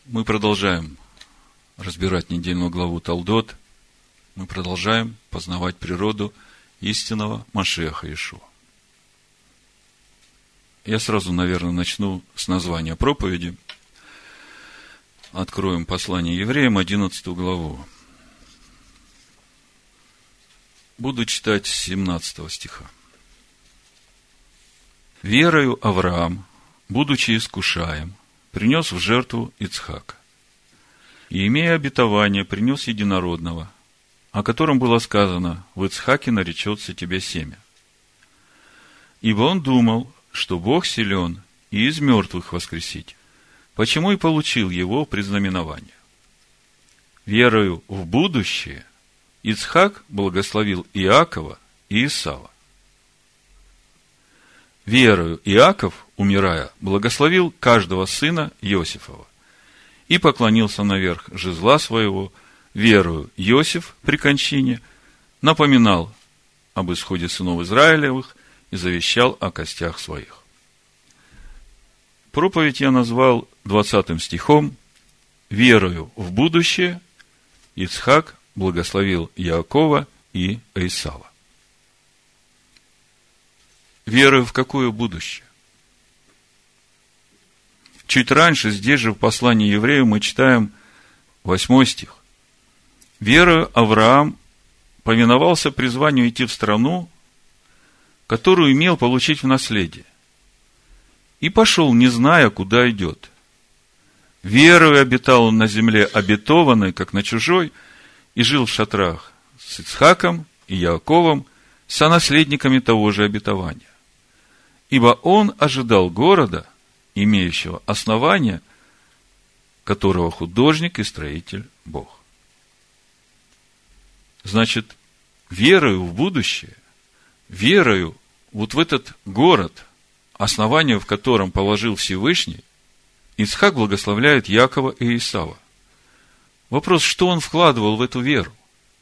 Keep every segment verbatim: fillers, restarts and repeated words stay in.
Мы продолжаем разбирать недельную главу Толдот. Мы продолжаем познавать природу истинного Машиаха Иешуа. Я сразу, наверное, начну с названия проповеди. Откроем послание Евреям, одиннадцатую главу. Буду читать с семнадцатого стиха. «Верою Авраам, будучи искушаем, принес в жертву Ицхака, и, имея обетование, принес единородного, о котором было сказано: в Ицхаке наречется тебе семя. Ибо он думал, что Бог силен и из мертвых воскресить, почему и получил его предзнаменование. Верою в будущее Ицхак благословил Иакова и Исава. Верою Иаков, умирая, благословил каждого сына Иосифова и поклонился наверх жезла своего. Верою Иосиф при кончине напоминал об исходе сынов Израилевых и завещал о костях своих». Проповедь я назвал двадцатым стихом: «Верою в будущее Ицхак благословил Иакова и Исава». Верою в какое будущее? Чуть раньше, здесь же в послании Еврею, мы читаем восьмой стих. «Верою Авраам повиновался призванию идти в страну, которую имел получить в наследие, и пошел, не зная, куда идет. Верою обитал он на земле обетованной, как на чужой, и жил в шатрах с Ицхаком и Яаковом, сонаследниками того же обетования. Ибо он ожидал города, имеющего основания, которого художник и строитель Бог». Значит, верою в будущее, верою вот в этот город, основание в котором положил Всевышний, Ицхак благословляет Якова и Исава. Вопрос, что он вкладывал в эту веру?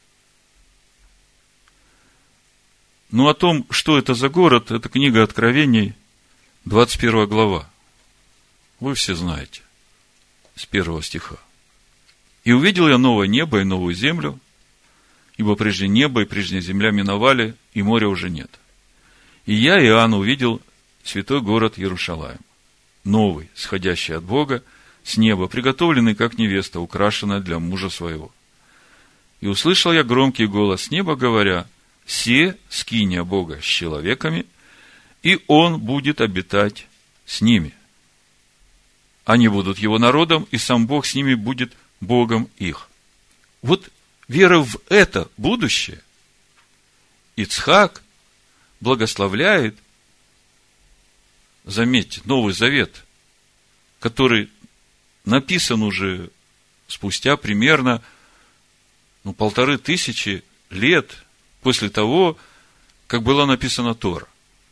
Ну, о том, что это за город, это книга Откровений, двадцать первая глава. Вы все знаете, с первого стиха. «И увидел я новое небо и новую землю, ибо прежде небо и прежняя земля миновали, и моря уже нет. И я, Иоанн, увидел святой город Иерушалаим, новый, сходящий от Бога, с неба, приготовленный, как невеста, украшенная для мужа своего. И услышал я громкий голос с неба, говоря: се скиния Бога с человеками, и Он будет обитать с ними. Они будут Его народом, и сам Бог с ними будет Богом их». Вот вера в это будущее Ицхак благословляет, заметьте, Новый Завет, который написан уже спустя примерно ну, полторы тысячи лет после того, как была написана Тора.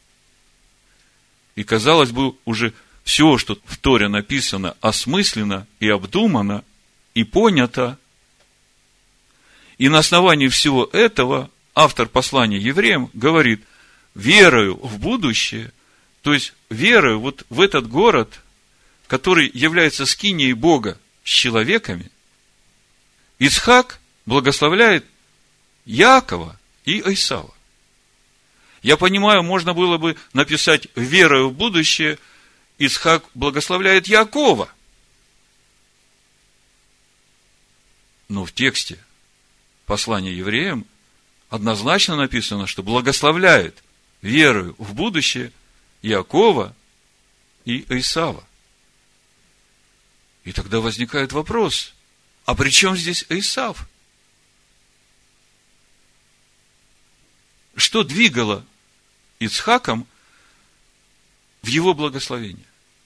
И, казалось бы, уже все, что в Торе написано, осмысленно и обдумано, и понято. И на основании всего этого автор послания Евреям говорит: верою в будущее, то есть верою вот в этот город, который является скинией Бога с человеками, Ицхак благословляет Яакова и Исава. Я понимаю, можно было бы написать: верою в будущее Ицхак благословляет Яакова. Но в тексте послания Евреям однозначно написано, что благословляет верою в будущее Яакова и Исава. И тогда возникает вопрос: а при чем здесь Исав? Что двигало Ицхаком в его благословении?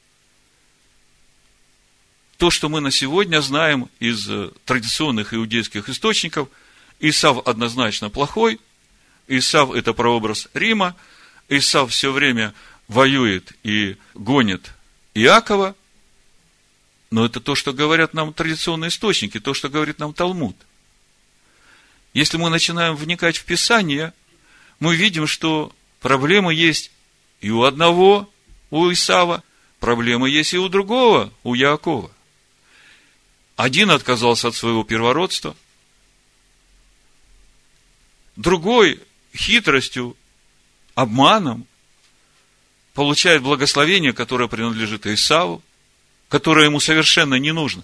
То, что мы на сегодня знаем из традиционных иудейских источников: Исав однозначно плохой, Исав – это прообраз Рима, Исав все время воюет и гонит Иакова. Но это то, что говорят нам традиционные источники, то, что говорит нам Талмуд. Если мы начинаем вникать в Писание, мы видим, что проблемы есть и у одного, у Исава, проблемы есть и у другого, у Яакова. Один отказался от своего первородства, другой хитростью, обманом получает благословение, которое принадлежит Исаву, которое ему совершенно не нужно.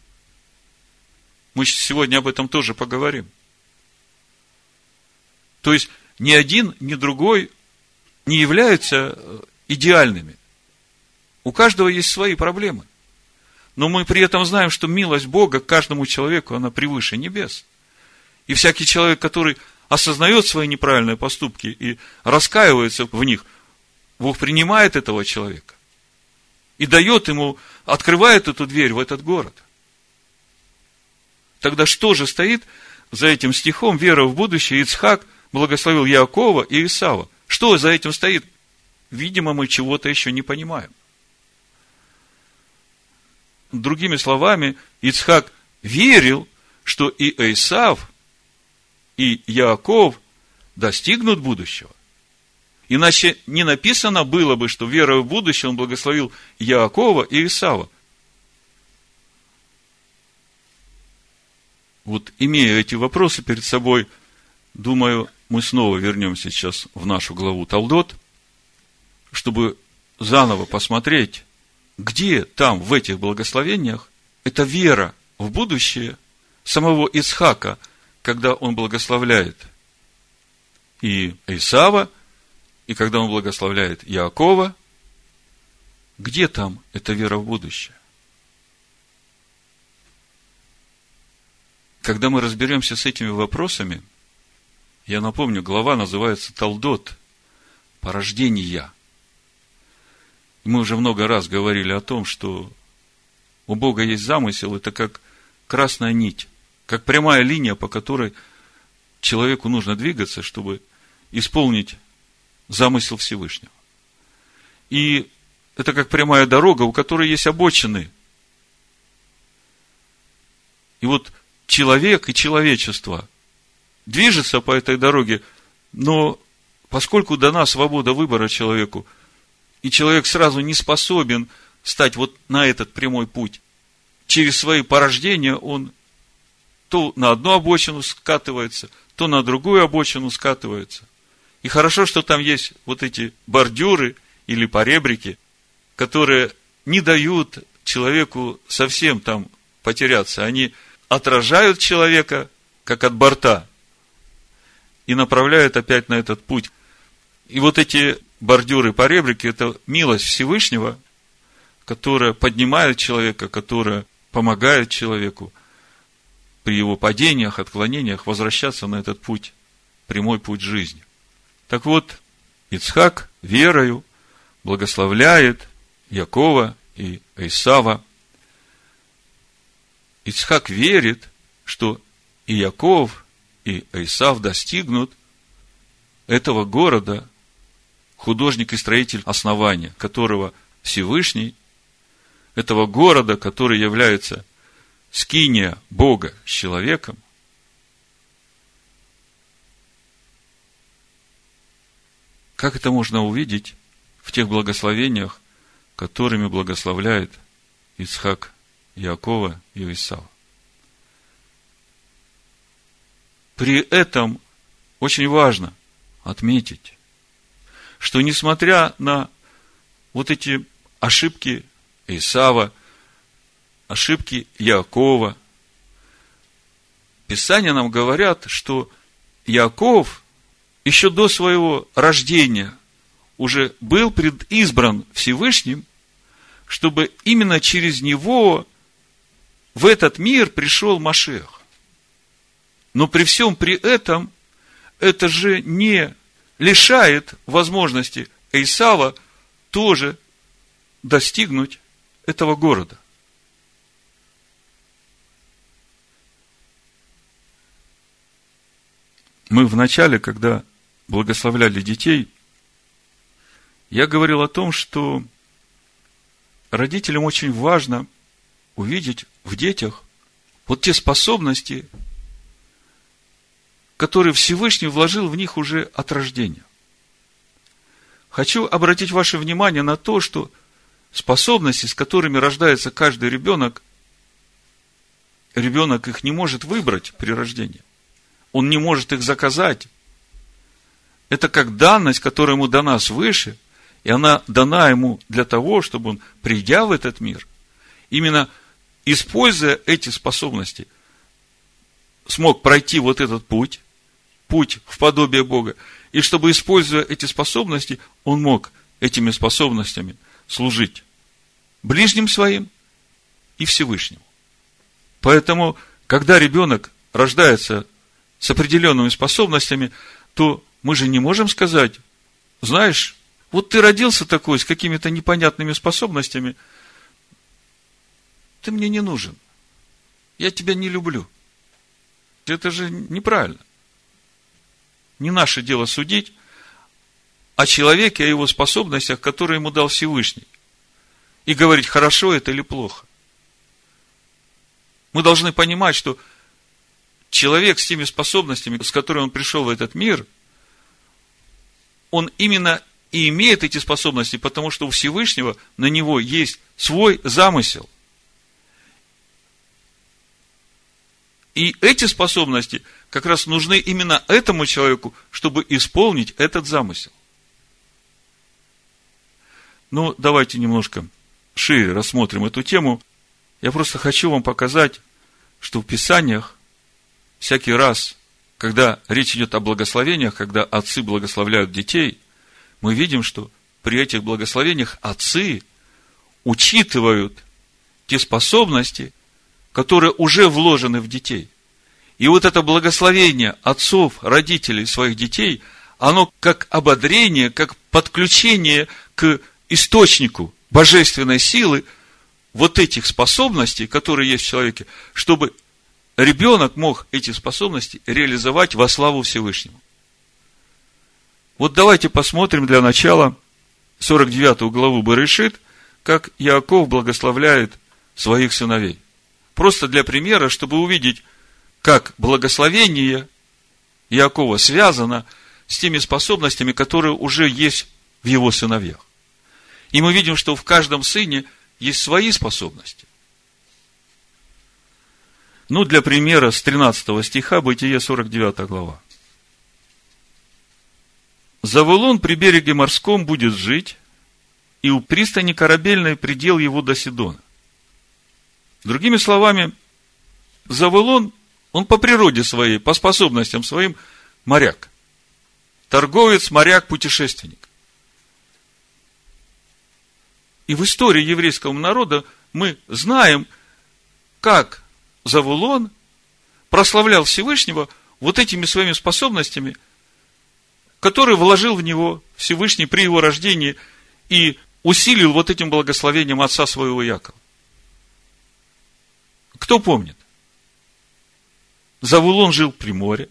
Мы сегодня об этом тоже поговорим. То есть, ни один, ни другой не являются идеальными. У каждого есть свои проблемы. Но мы при этом знаем, что милость Бога к каждому человеку, она превыше небес. И всякий человек, который осознает свои неправильные поступки и раскаивается в них, Бог принимает этого человека и дает ему, открывает эту дверь в этот город. Тогда что же стоит за этим стихом? Вера в будущее. Ицхак благословил Иакова и Исава. Что за этим стоит? Видимо, мы чего-то еще не понимаем. Другими словами, Ицхак верил, что и Исав, и Иаков достигнут будущего. Иначе не написано было бы, что верой в будущее он благословил Иакова и Исава. Вот, имея эти вопросы перед собой, думаю, мы снова вернемся сейчас в нашу главу Толдот, чтобы заново посмотреть, где там, в этих благословениях, эта вера в будущее самого Ицхака, когда он благословляет и Исава, и когда он благословляет Иакова, где там эта вера в будущее? Когда мы разберемся с этими вопросами, я напомню, глава называется Толдот, порождения. Мы уже много раз говорили о том, что у Бога есть замысел, это как красная нить, как прямая линия, по которой человеку нужно двигаться, чтобы исполнить замысел Всевышнего. И это как прямая дорога, у которой есть обочины. И вот человек и человечество движется по этой дороге, но поскольку дана свобода выбора человеку, и человек сразу не способен стать вот на этот прямой путь, через свои порождения он то на одну обочину скатывается, то на другую обочину скатывается. И хорошо, что там есть вот эти бордюры или поребрики, которые не дают человеку совсем там потеряться. Они отражают человека, как от борта, и направляют опять на этот путь. И вот эти бордюры, поребрики – это милость Всевышнего, которая поднимает человека, которая помогает человеку при его падениях, отклонениях возвращаться на этот путь, прямой путь жизни. Так вот, Ицхак верою благословляет Иакова и Исава. Ицхак верит, что и Иаков, и Исав достигнут этого города, художник и строитель основания, которого Всевышний, этого города, который является скиния Бога с человеком. Как это можно увидеть в тех благословениях, которыми благословляет Ицхак Иакова и Исава? При этом очень важно отметить, что несмотря на вот эти ошибки Исава, ошибки Иакова, Писания нам говорят, что Иаков еще до своего рождения уже был предизбран Всевышним, чтобы именно через него в этот мир пришел Машиах. Но при всем при этом это же не лишает возможности Исава тоже достигнуть этого города. Мы в начале, когда благословляли детей, я говорил о том, что родителям очень важно увидеть в детях вот те способности, которые Всевышний вложил в них уже от рождения. Хочу обратить ваше внимание на то, что способности, с которыми рождается каждый ребенок, ребенок их не может выбрать при рождении. Он не может их заказать. Это как данность, которая ему дана свыше, и она дана ему для того, чтобы он, придя в этот мир, именно используя эти способности, смог пройти вот этот путь, путь в подобие Бога, и чтобы, используя эти способности, он мог этими способностями служить ближним своим и Всевышнему. Поэтому, когда ребенок рождается с определенными способностями, то мы же не можем сказать: знаешь, вот ты родился такой, с какими-то непонятными способностями, ты мне не нужен, я тебя не люблю. Это же неправильно. Не наше дело судить о человеке, о его способностях, которые ему дал Всевышний, и говорить, хорошо это или плохо. Мы должны понимать, что человек с теми способностями, с которыми он пришел в этот мир, он именно и имеет эти способности, потому что у Всевышнего на него есть свой замысел. И эти способности как раз нужны именно этому человеку, чтобы исполнить этот замысел. Ну, давайте немножко шире рассмотрим эту тему. Я просто хочу вам показать, что в Писаниях всякий раз, когда речь идет о благословениях, когда отцы благословляют детей, мы видим, что при этих благословениях отцы учитывают те способности, которые уже вложены в детей. И вот это благословение отцов, родителей своих детей, оно как ободрение, как подключение к источнику божественной силы вот этих способностей, которые есть в человеке, чтобы ребенок мог эти способности реализовать во славу Всевышнему. Вот давайте посмотрим для начала сорок девятую главу Берешит, как Иаков благословляет своих сыновей. Просто для примера, чтобы увидеть, как благословение Иакова связано с теми способностями, которые уже есть в его сыновьях. И мы видим, что в каждом сыне есть свои способности. Ну, для примера, с тринадцатого стиха, Бытие, сорок девятая глава. «Завулон при береге морском будет жить, и у пристани корабельной предел его до Сидона». Другими словами, Завулон, он по природе своей, по способностям своим моряк. Торговец, моряк, путешественник. И в истории еврейского народа мы знаем, как Завулон прославлял Всевышнего вот этими своими способностями, которые вложил в него Всевышний при его рождении и усилил вот этим благословением отца своего Якова. Кто помнит? Завулон жил при море,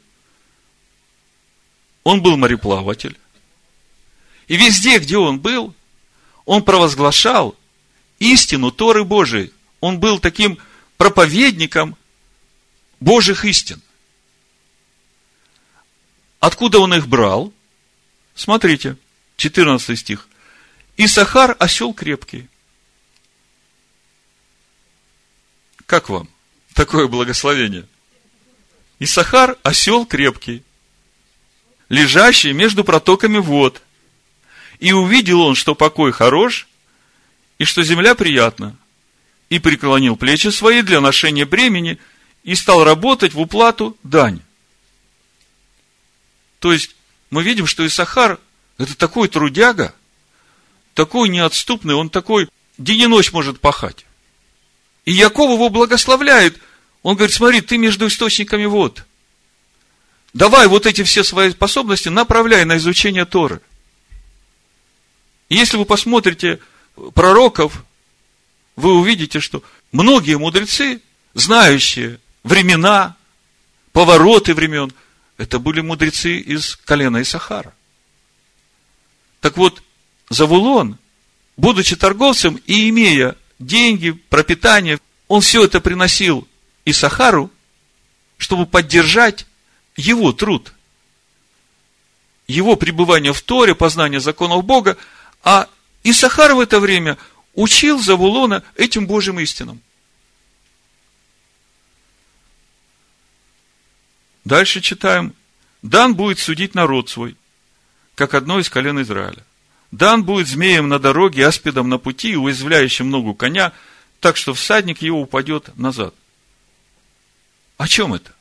он был мореплаватель, и везде, где он был, он провозглашал истину Торы Божией. Он был таким проповедником Божьих истин. Откуда он их брал? Смотрите, четырнадцатый стих. «Исахар осел крепкий». Как вам такое благословение? Исахар осел крепкий, лежащий между протоками вод. И увидел он, что покой хорош, и что земля приятна, и преклонил плечи свои для ношения бремени, и стал работать в уплату дань. То есть, мы видим, что Исахар – это такой трудяга, такой неотступный, он такой день и ночь может пахать. И Яков его благословляет. Он говорит, смотри, ты между источниками вод. Давай вот эти все свои способности направляй на изучение Торы. И если вы посмотрите пророков, вы увидите, что многие мудрецы, знающие времена, повороты времен, это были мудрецы из колена Исахара. Так вот, Завулон, будучи торговцем и имея деньги, пропитание, он все это приносил Исахару, чтобы поддержать его труд, его пребывание в Торе, познание законов Бога, а Исахар в это время учил Завулона этим Божьим истинам. Дальше читаем. Дан будет судить народ свой, как одно из колен Израиля. Дан будет змеем на дороге, аспидом на пути, уязвляющим ногу коня, так что всадник его упадет назад. О чем это?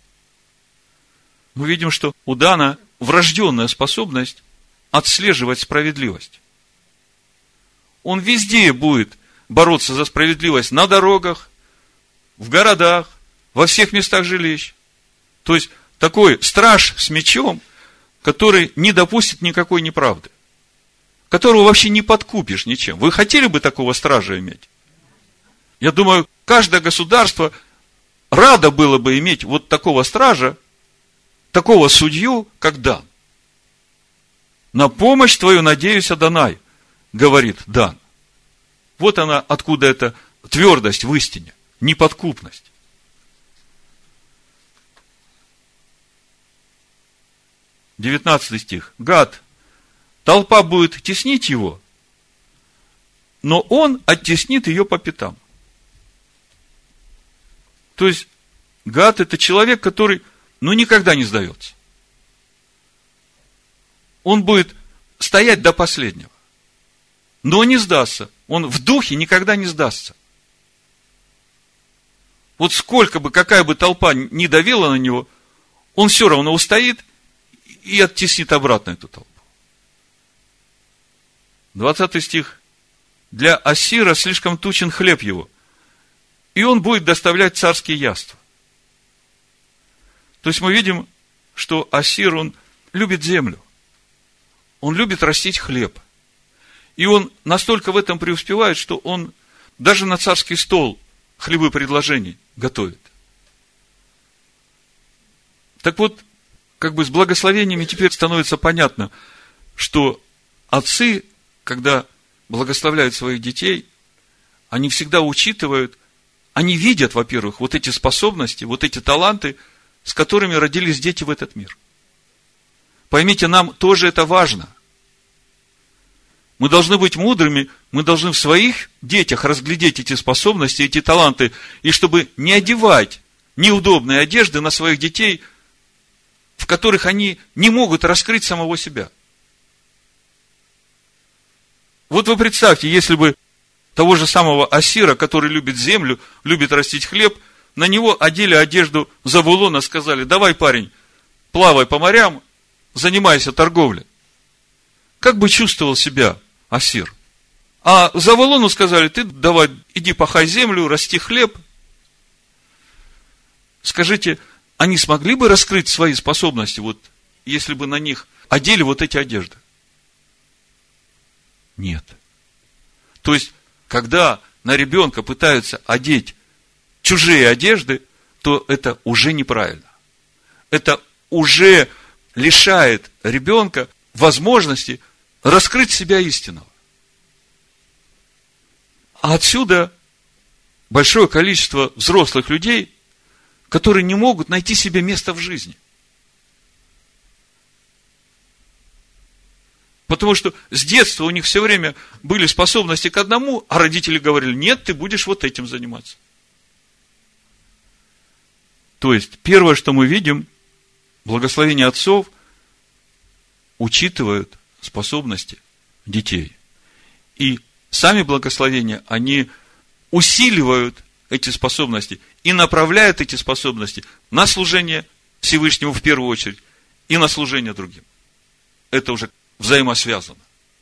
Мы видим, что у Дана врожденная способность отслеживать справедливость. Он везде будет бороться за справедливость на дорогах, в городах, во всех местах жилищ. То есть, такой страж с мечом, который не допустит никакой неправды, которого вообще не подкупишь ничем. Вы хотели бы такого стража иметь? Я думаю, каждое государство радо было бы иметь вот такого стража, такого судью, как Дан. На помощь твою надеюсь, Адонай, говорит Дан. Вот она, откуда эта твердость в истине, неподкупность. девятнадцатый стих. Гад, толпа будет теснить его, но он оттеснит ее по пятам. То есть, Гад – это человек, который, ну, никогда не сдается. Он будет стоять до последнего, но не сдастся. Он в духе никогда не сдастся. Вот сколько бы, какая бы толпа ни давила на него, он все равно устоит и оттеснит обратно эту толпу. двадцатый стих. Для Ассира слишком тучен хлеб его, и он будет доставлять царские яства. То есть мы видим, что Ассир, он любит землю. Он любит растить хлеб. И он настолько в этом преуспевает, что он даже на царский стол хлебы предложений готовит. Так вот, как бы с благословениями теперь становится понятно, что отцы, когда благословляют своих детей, они всегда учитывают, они видят, во-первых, вот эти способности, вот эти таланты, с которыми родились дети в этот мир. Поймите, нам тоже это важно. Мы должны быть мудрыми, мы должны в своих детях разглядеть эти способности, эти таланты, и чтобы не одевать неудобные одежды на своих детей, в которых они не могут раскрыть самого себя. Вот вы представьте, если бы того же самого Ассира, который любит землю, любит растить хлеб, на него одели одежду Завулона, сказали: давай, парень, плавай по морям, занимайся торговлей. Как бы чувствовал себя Ассир? А Завулону сказали: ты давай, иди пахай землю, расти хлеб. Скажите, они смогли бы раскрыть свои способности, вот, если бы на них одели вот эти одежды? Нет. То есть, когда на ребенка пытаются одеть чужие одежды, то это уже неправильно. Это уже лишает ребенка возможности раскрыть себя истинного. А отсюда большое количество взрослых людей, которые не могут найти себе место в жизни. Потому что с детства у них все время были способности к одному, а родители говорили: нет, ты будешь вот этим заниматься. То есть, первое, что мы видим, благословение отцов учитывают способности детей. И сами благословения, они усиливают эти способности и направляют эти способности на служение Всевышнему в первую очередь и на служение другим. Это уже взаимосвязано.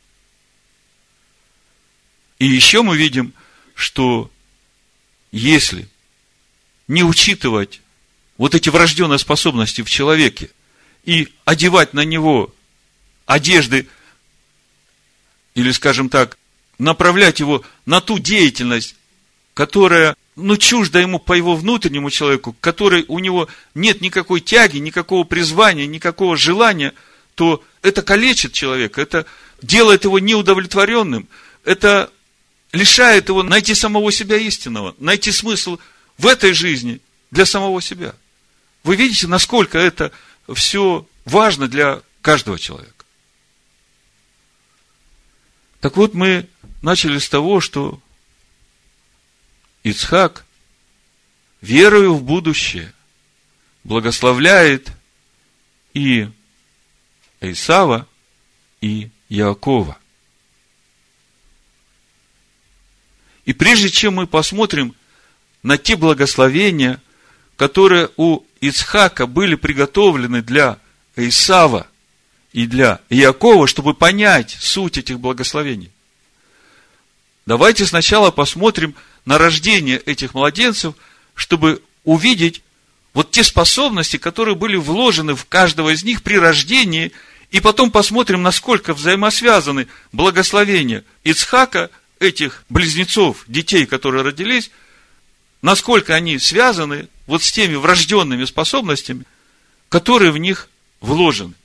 И еще мы видим, что если не учитывать вот эти врожденные способности в человеке и одевать на него одежды, или, скажем так, направлять его на ту деятельность, которая, ну, чужда ему по его внутреннему человеку, которой у него нет никакой тяги, никакого призвания, никакого желания, то это калечит человека, это делает его неудовлетворенным, это лишает его найти самого себя истинного, найти смысл в этой жизни для самого себя. Вы видите, насколько это все важно для каждого человека. Так вот, мы начали с того, что Ицхак, верою в будущее, благословляет и Исава, и Иакова. И прежде чем мы посмотрим на те благословения, которые у Ицхака были приготовлены для Исава и для Иакова, чтобы понять суть этих благословений, давайте сначала посмотрим на рождение этих младенцев, чтобы увидеть вот те способности, которые были вложены в каждого из них при рождении, и потом посмотрим, насколько взаимосвязаны благословения Ицхака, этих близнецов, детей, которые родились, насколько они связаны вот с теми врожденными способностями, которые в них вложены.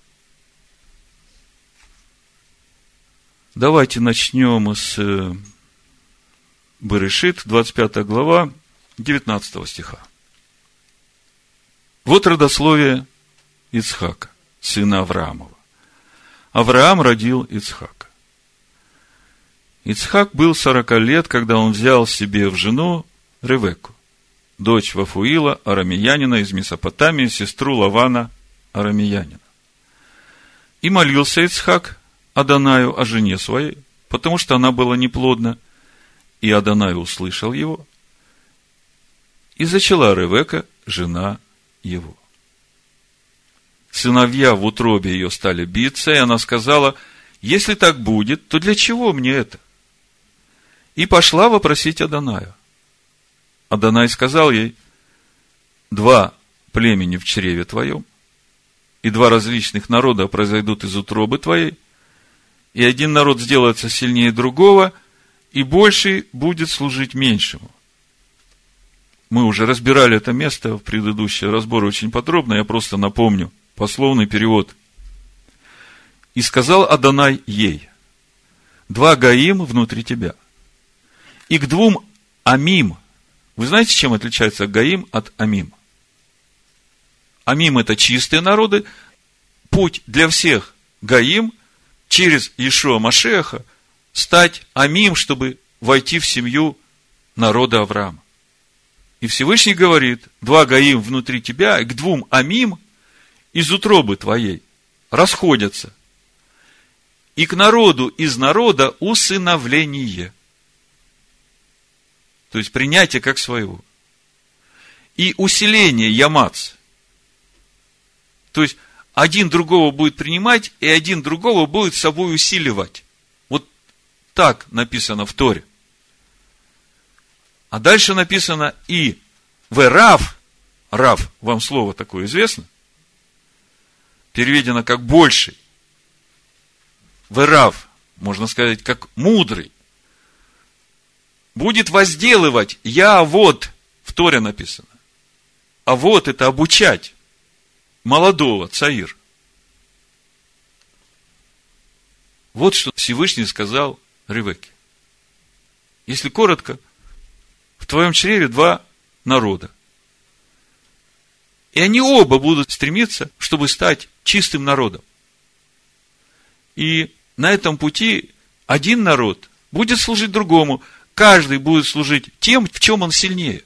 Давайте начнем с Берешит, двадцать пятая глава, девятнадцатого стиха. Вот родословие Ицхака, сына Авраамова. Авраам родил Ицхака. Ицхак был сорока лет, когда он взял себе в жену Ревекку, дочь Вафуила, арамеянина из Месопотамии, сестру Лавана, арамеянина. И молился Ицхак Адонаю о жене своей, потому что она была неплодна, и Адонай услышал его, и зачала Ревекка, жена его. Сыновья в утробе ее стали биться, и она сказала: если так будет, то для чего мне это? И пошла вопросить Адоная. Адонай сказал ей: два племени в чреве твоем, и два различных народа произойдут из утробы твоей, и один народ сделается сильнее другого, и больший будет служить меньшему. Мы уже разбирали это место в предыдущие разборы очень подробно, я просто напомню, пословный перевод. И сказал Адонай ей: два гаим внутри тебя, и к двум амим. Вы знаете, чем отличается гаим от амим? Амим – это чистые народы. Путь для всех гаим через Иешуа Машеха стать амим, чтобы войти в семью народа Авраама. И Всевышний говорит: два гаим внутри тебя, и к двум амим из утробы твоей расходятся. И к народу из народа усыновление. То есть принятие как своего. И усиление ямац. То есть один другого будет принимать, и один другого будет собой усиливать. Вот так написано в Торе. А дальше написано: и верав, рав, вам слово такое известно, переведено как больший. Верав, можно сказать, как мудрый, будет возделывать. Я вот, в Торе написано. А вот это обучать молодого, цаир. Вот что Всевышний сказал Ревекке. Если коротко, в твоем чреве два народа. И они оба будут стремиться, чтобы стать чистым народом. И на этом пути один народ будет служить другому. Каждый будет служить тем, в чем он сильнее.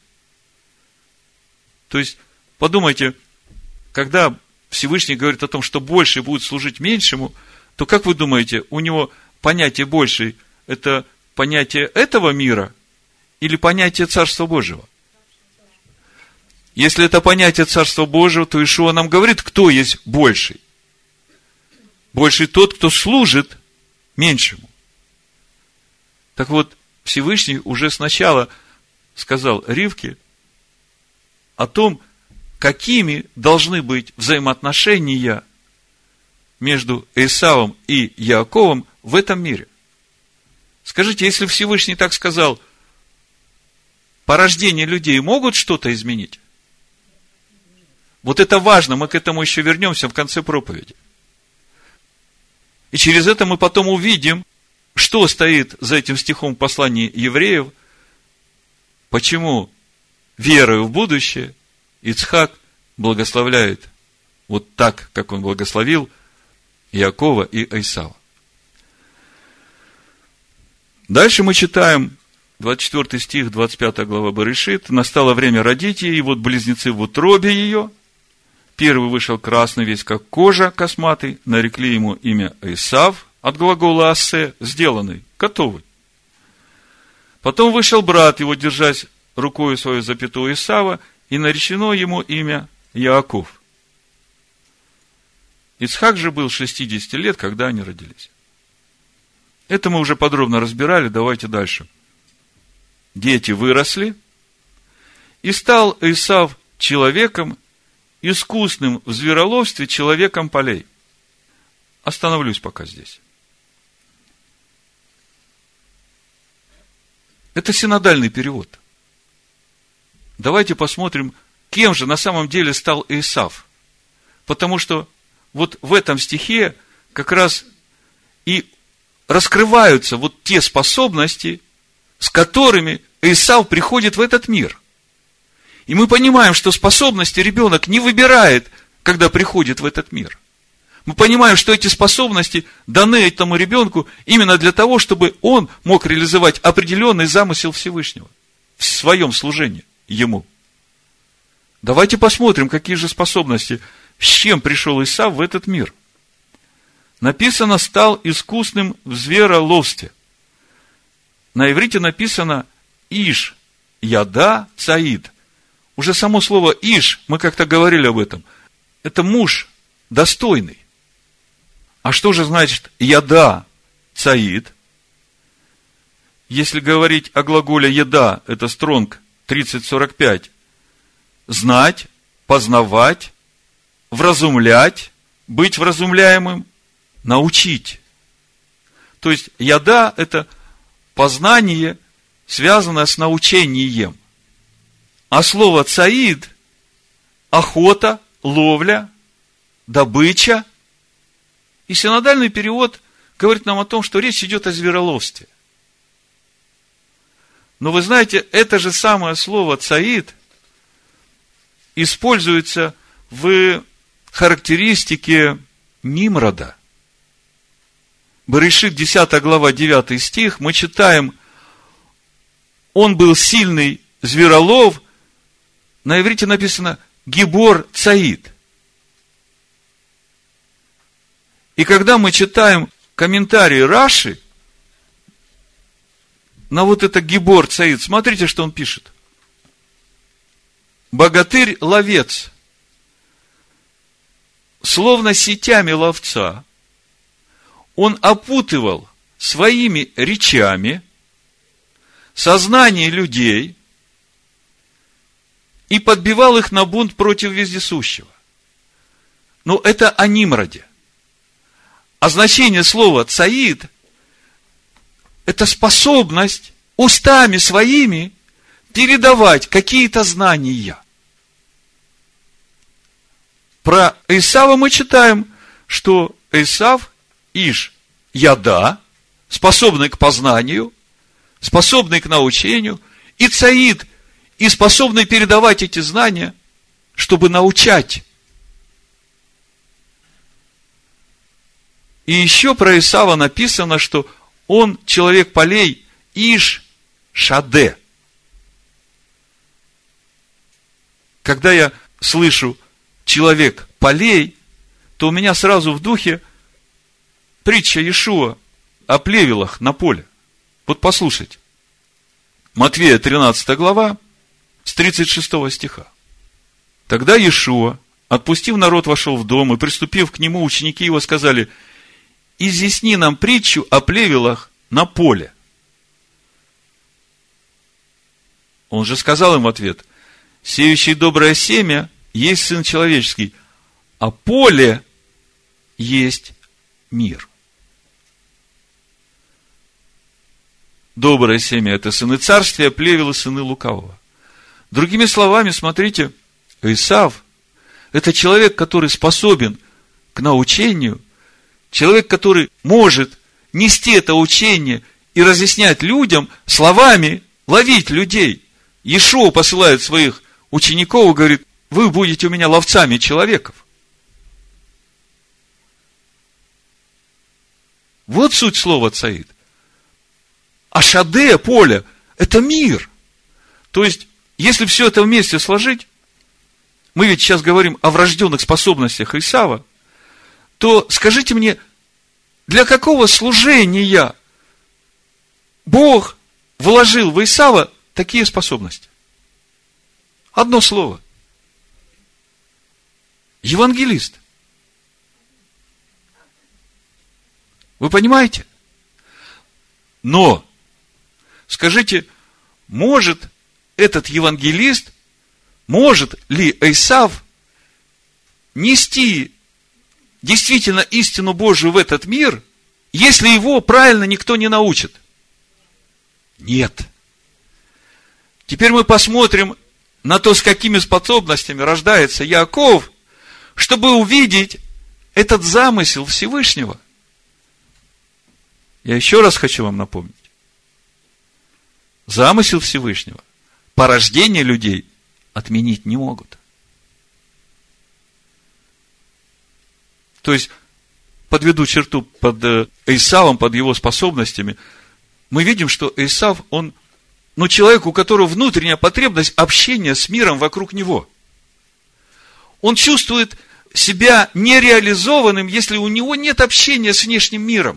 То есть, подумайте, когда Всевышний говорит о том, что больший будет служить меньшему, то, как вы думаете, у него понятие больший – это понятие этого мира или понятие Царства Божьего? Если это понятие Царства Божьего, то Иешуа нам говорит, кто есть больший. Больший тот, кто служит меньшему. Так вот, Всевышний уже сначала сказал Ривке о том, какими должны быть взаимоотношения между Исавом и Иаковом в этом мире. Скажите, если Всевышний так сказал, порождение людей могут что-то изменить? Вот это важно, мы к этому еще вернемся в конце проповеди. И через это мы потом увидим, что стоит за этим стихом в послании евреев, почему верою в будущее Ицхак благословляет вот так, как он благословил Иакова и Исава. Дальше мы читаем двадцать четвёртый стих, двадцать пятая глава Берешит. Настало время родить ей, и вот близнецы в утробе ее. Первый вышел красный, весь как кожа, косматый. Нарекли ему имя Исав, от глагола «ассе», сделанный, готовый. Потом вышел брат его, держась рукою свою за пяту Исава, и наречено ему имя Яаков. Ицхак же был шестьдесят лет, когда они родились. Это мы уже подробно разбирали, давайте дальше. Дети выросли, и стал Исав человеком, искусным в звероловстве, человеком полей. Остановлюсь пока здесь. Это синодальный перевод. Давайте посмотрим, кем же на самом деле стал Исав. Потому что вот в этом стихе как раз и раскрываются вот те способности, с которыми Исав приходит в этот мир. И мы понимаем, что способности ребенок не выбирает, когда приходит в этот мир. Мы понимаем, что эти способности даны этому ребенку именно для того, чтобы он мог реализовать определенный замысел Всевышнего в своем служении ему. Давайте посмотрим, какие же способности, с чем пришел Исав в этот мир. Написано, стал искусным в звероловстве. На иврите написано Иш, Яда, Цаид. Уже само слово Иш, мы как-то говорили об этом, это муж достойный. А что же значит Яда, Цаид? Если говорить о глаголе еда, это Стронг тридцать сорок пять, знать, познавать, вразумлять, быть вразумляемым, научить. То есть яда – это познание, связанное с научением. А слово цаид – охота, ловля, добыча. И синодальный перевод говорит нам о том, что речь идет о звероловстве. Но вы знаете, это же самое слово цаид используется в характеристике Нимрода. Берешит, десятая глава, девятый стих, мы читаем, он был сильный зверолов, на иврите написано Гибор Цаид. И когда мы читаем комментарии Раши на вот это Гибор Цаид, смотрите, что он пишет. Богатырь-ловец, словно сетями ловца, он опутывал своими речами сознание людей и подбивал их на бунт против вездесущего. Но это о Нимроде. А значение слова «цаид» – это способность устами своими передавать какие-то знания. Про Исава мы читаем, что Исав Иш Яда, способный к познанию, способный к научению, и Цаид, и способный передавать эти знания, чтобы научать. И еще про Исава написано, что он человек полей Иш Шаде. Когда я слышу человек полей, то у меня сразу в духе притча Иешуа о плевелах на поле. Вот послушайте. Матвея тринадцатая глава, с тридцать шестого стиха. Тогда Иешуа, отпустив народ, вошел в дом, и, приступив к нему, ученики его сказали: изъясни нам притчу о плевелах на поле. Он же сказал им в ответ: сеющий доброе семя есть Сын Человеческий, а поле есть мир. Доброе семя – это сыны царствия, плевелы – сыны лукавого. Другими словами, смотрите, Исав – это человек, который способен к научению, человек, который может нести это учение и разъяснять людям словами, ловить людей. Иешуа посылает своих учеников и говорит: вы будете у меня ловцами человеков. Вот суть слова цаид. А шаде, поле, это мир. То есть, если все это вместе сложить, мы ведь сейчас говорим о врожденных способностях Исава, то скажите мне, для какого служения Бог вложил в Исава такие способности? Одно слово. Евангелист. Вы понимаете? Но, скажите, может этот евангелист, может ли Исав нести действительно истину Божию в этот мир, если его правильно никто не научит? Нет. Теперь мы посмотрим на то, с какими способностями рождается Иаков, чтобы увидеть этот замысел Всевышнего. Я еще раз хочу вам напомнить. Замысел Всевышнего порождение людей отменить не могут. То есть, подведу черту под Исавом, под его способностями, мы видим, что Исав, он, ну, человек, у которого внутренняя потребность общения с миром вокруг него. Он чувствует себя нереализованным, если у него нет общения с внешним миром.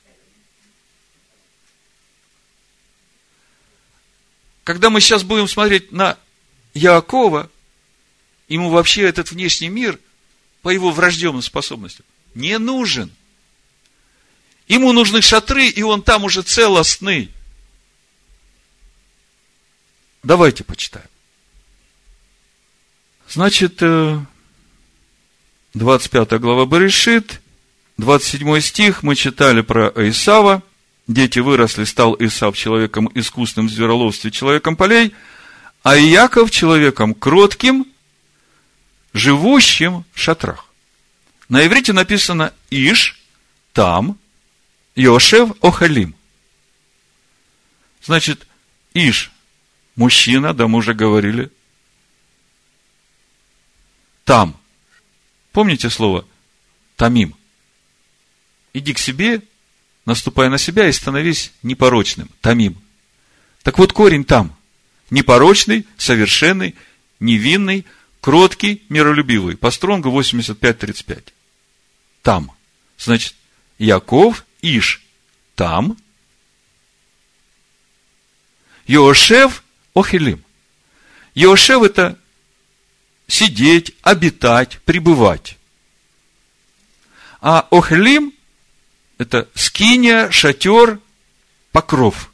Когда мы сейчас будем смотреть на Иакова, ему вообще этот внешний мир, по его врожденным способностям, не нужен. Ему нужны шатры, и он там уже целостный. Давайте почитаем. Значит, двадцать пятая глава Берешит, двадцать седьмой стих, мы читали про Исава. Дети выросли, стал Исав человеком искусным в звероловстве, человеком полей, а Иаков человеком кротким, живущим в шатрах. На иврите написано Иш, там, Йошев, Охалим. Значит, Иш, мужчина, да мы уже говорили. Там. Помните слово тамим? Иди к себе, наступая на себя, и становись непорочным. Тамим. Так вот, корень там. Непорочный, совершенный, невинный, кроткий, миролюбивый. По Стронгу восемьдесят пять тридцать пять. Там. Значит, Иаков, Иш, там. Йошев, Охилим. Йошев – это сидеть, обитать, пребывать. А Охилим – это скиния, шатер, покров.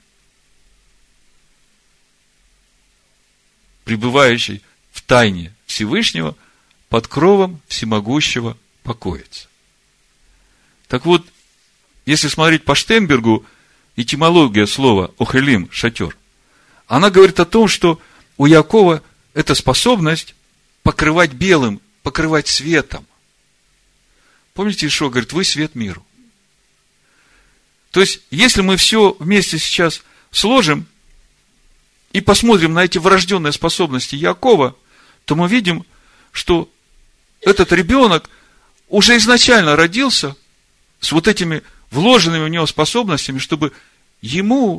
Пребывающий в тайне Всевышнего, под кровом всемогущего покоится. Так вот, если смотреть по Штенбергу, этимология слова «охелим» – шатер, она говорит о том, что у Иакова эта способность покрывать белым, покрывать светом. Помните, Ишуа говорит, вы свет миру. То есть, если мы все вместе сейчас сложим и посмотрим на эти врожденные способности Иакова, то мы видим, что этот ребенок уже изначально родился с вот этими вложенными в него способностями, чтобы ему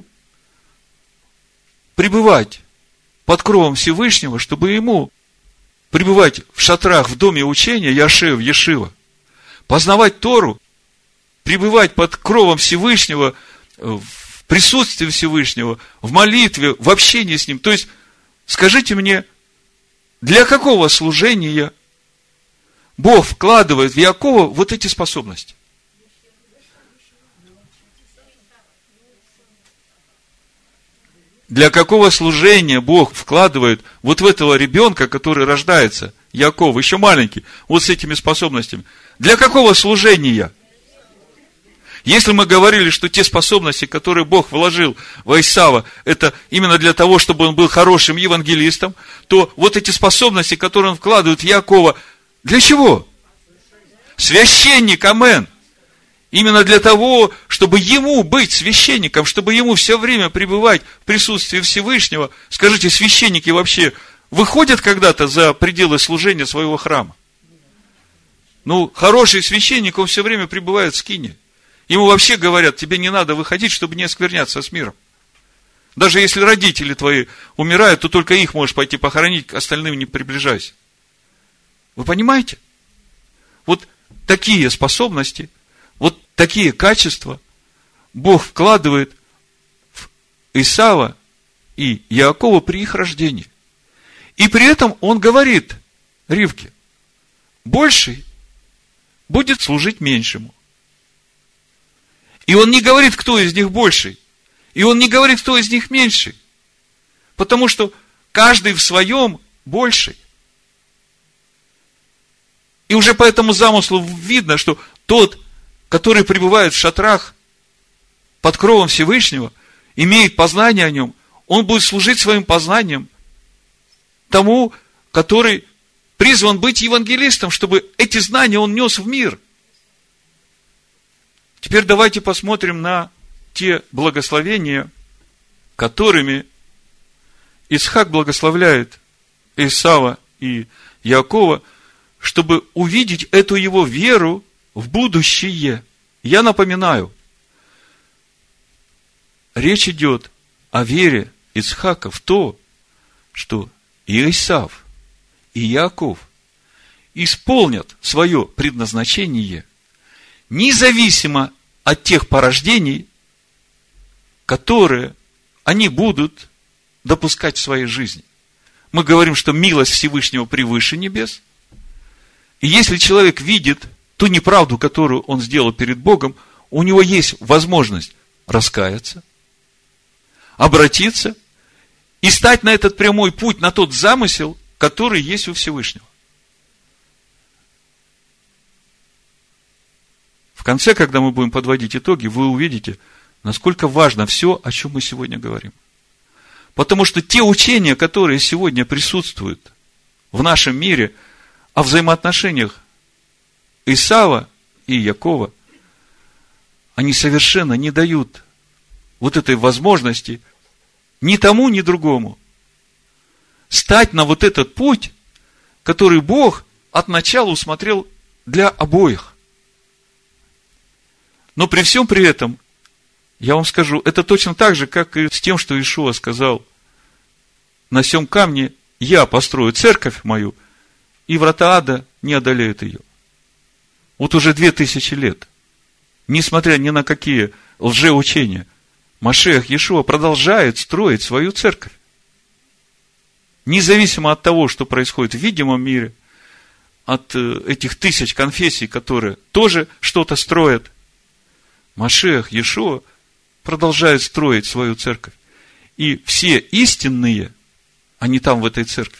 пребывать под кровом Всевышнего, чтобы ему пребывать в шатрах, в доме учения, Яшев, Ешива, познавать Тору, пребывать под кровом Всевышнего, в присутствии Всевышнего, в молитве, в общении с Ним. То есть, скажите мне, для какого служения Бог вкладывает в Иакова вот эти способности? Для какого служения Бог вкладывает вот в этого ребенка, который рождается, Иаков, еще маленький, вот с этими способностями? Для какого служения? Если мы говорили, что те способности, которые Бог вложил в Исава, это именно для того, чтобы он был хорошим евангелистом, то вот эти способности, которые он вкладывает в Иакова, для чего? Священник, амен. Именно для того, чтобы ему быть священником, чтобы ему все время пребывать в присутствии Всевышнего. Скажите, священники вообще выходят когда-то за пределы служения своего храма? Ну, хороший священник, он все время пребывает в скине. Ему вообще говорят, тебе не надо выходить, чтобы не оскверняться с миром. Даже если родители твои умирают, то только их можешь пойти похоронить, к остальным не приближайся. Вы понимаете? Вот такие способности, вот такие качества Бог вкладывает в Исава и Иакова при их рождении. И при этом он говорит Ривке: больший будет служить меньшему. И он не говорит, кто из них больший. И он не говорит, кто из них меньший. Потому что каждый в своем больший. И уже по этому замыслу видно, что тот, который пребывает в шатрах под кровом Всевышнего, имеет познание о нем, он будет служить своим познанием тому, который призван быть евангелистом, чтобы эти знания он нес в мир. Теперь давайте посмотрим на те благословения, которыми Исхак благословляет Исава и Иакова, чтобы увидеть эту его веру в будущее. Я напоминаю, речь идет о вере Исхака в то, что и Исав, и Иаков исполнят свое предназначение независимо от тех порождений, которые они будут допускать в своей жизни. Мы говорим, что милость Всевышнего превыше небес. И если человек видит ту неправду, которую он сделал перед Богом, у него есть возможность раскаяться, обратиться и стать на этот прямой путь, на тот замысел, который есть у Всевышнего. В конце, когда мы будем подводить итоги, вы увидите, насколько важно все, о чем мы сегодня говорим. Потому что те учения, которые сегодня присутствуют в нашем мире о взаимоотношениях Исава и Иакова, они совершенно не дают вот этой возможности ни тому, ни другому стать на вот этот путь, который Бог от начала усмотрел для обоих. Но при всем при этом, я вам скажу, это точно так же, как и с тем, что Иешуа сказал: на сем камне я построю церковь мою, и врата ада не одолеют ее. Вот уже две тысячи лет, несмотря ни на какие лжеучения, Машиах Иешуа продолжает строить свою церковь. Независимо от того, что происходит в видимом мире, от этих тысяч конфессий, которые тоже что-то строят, Машиах Иешуа продолжает строить свою церковь. И все истинные, они там, в этой церкви.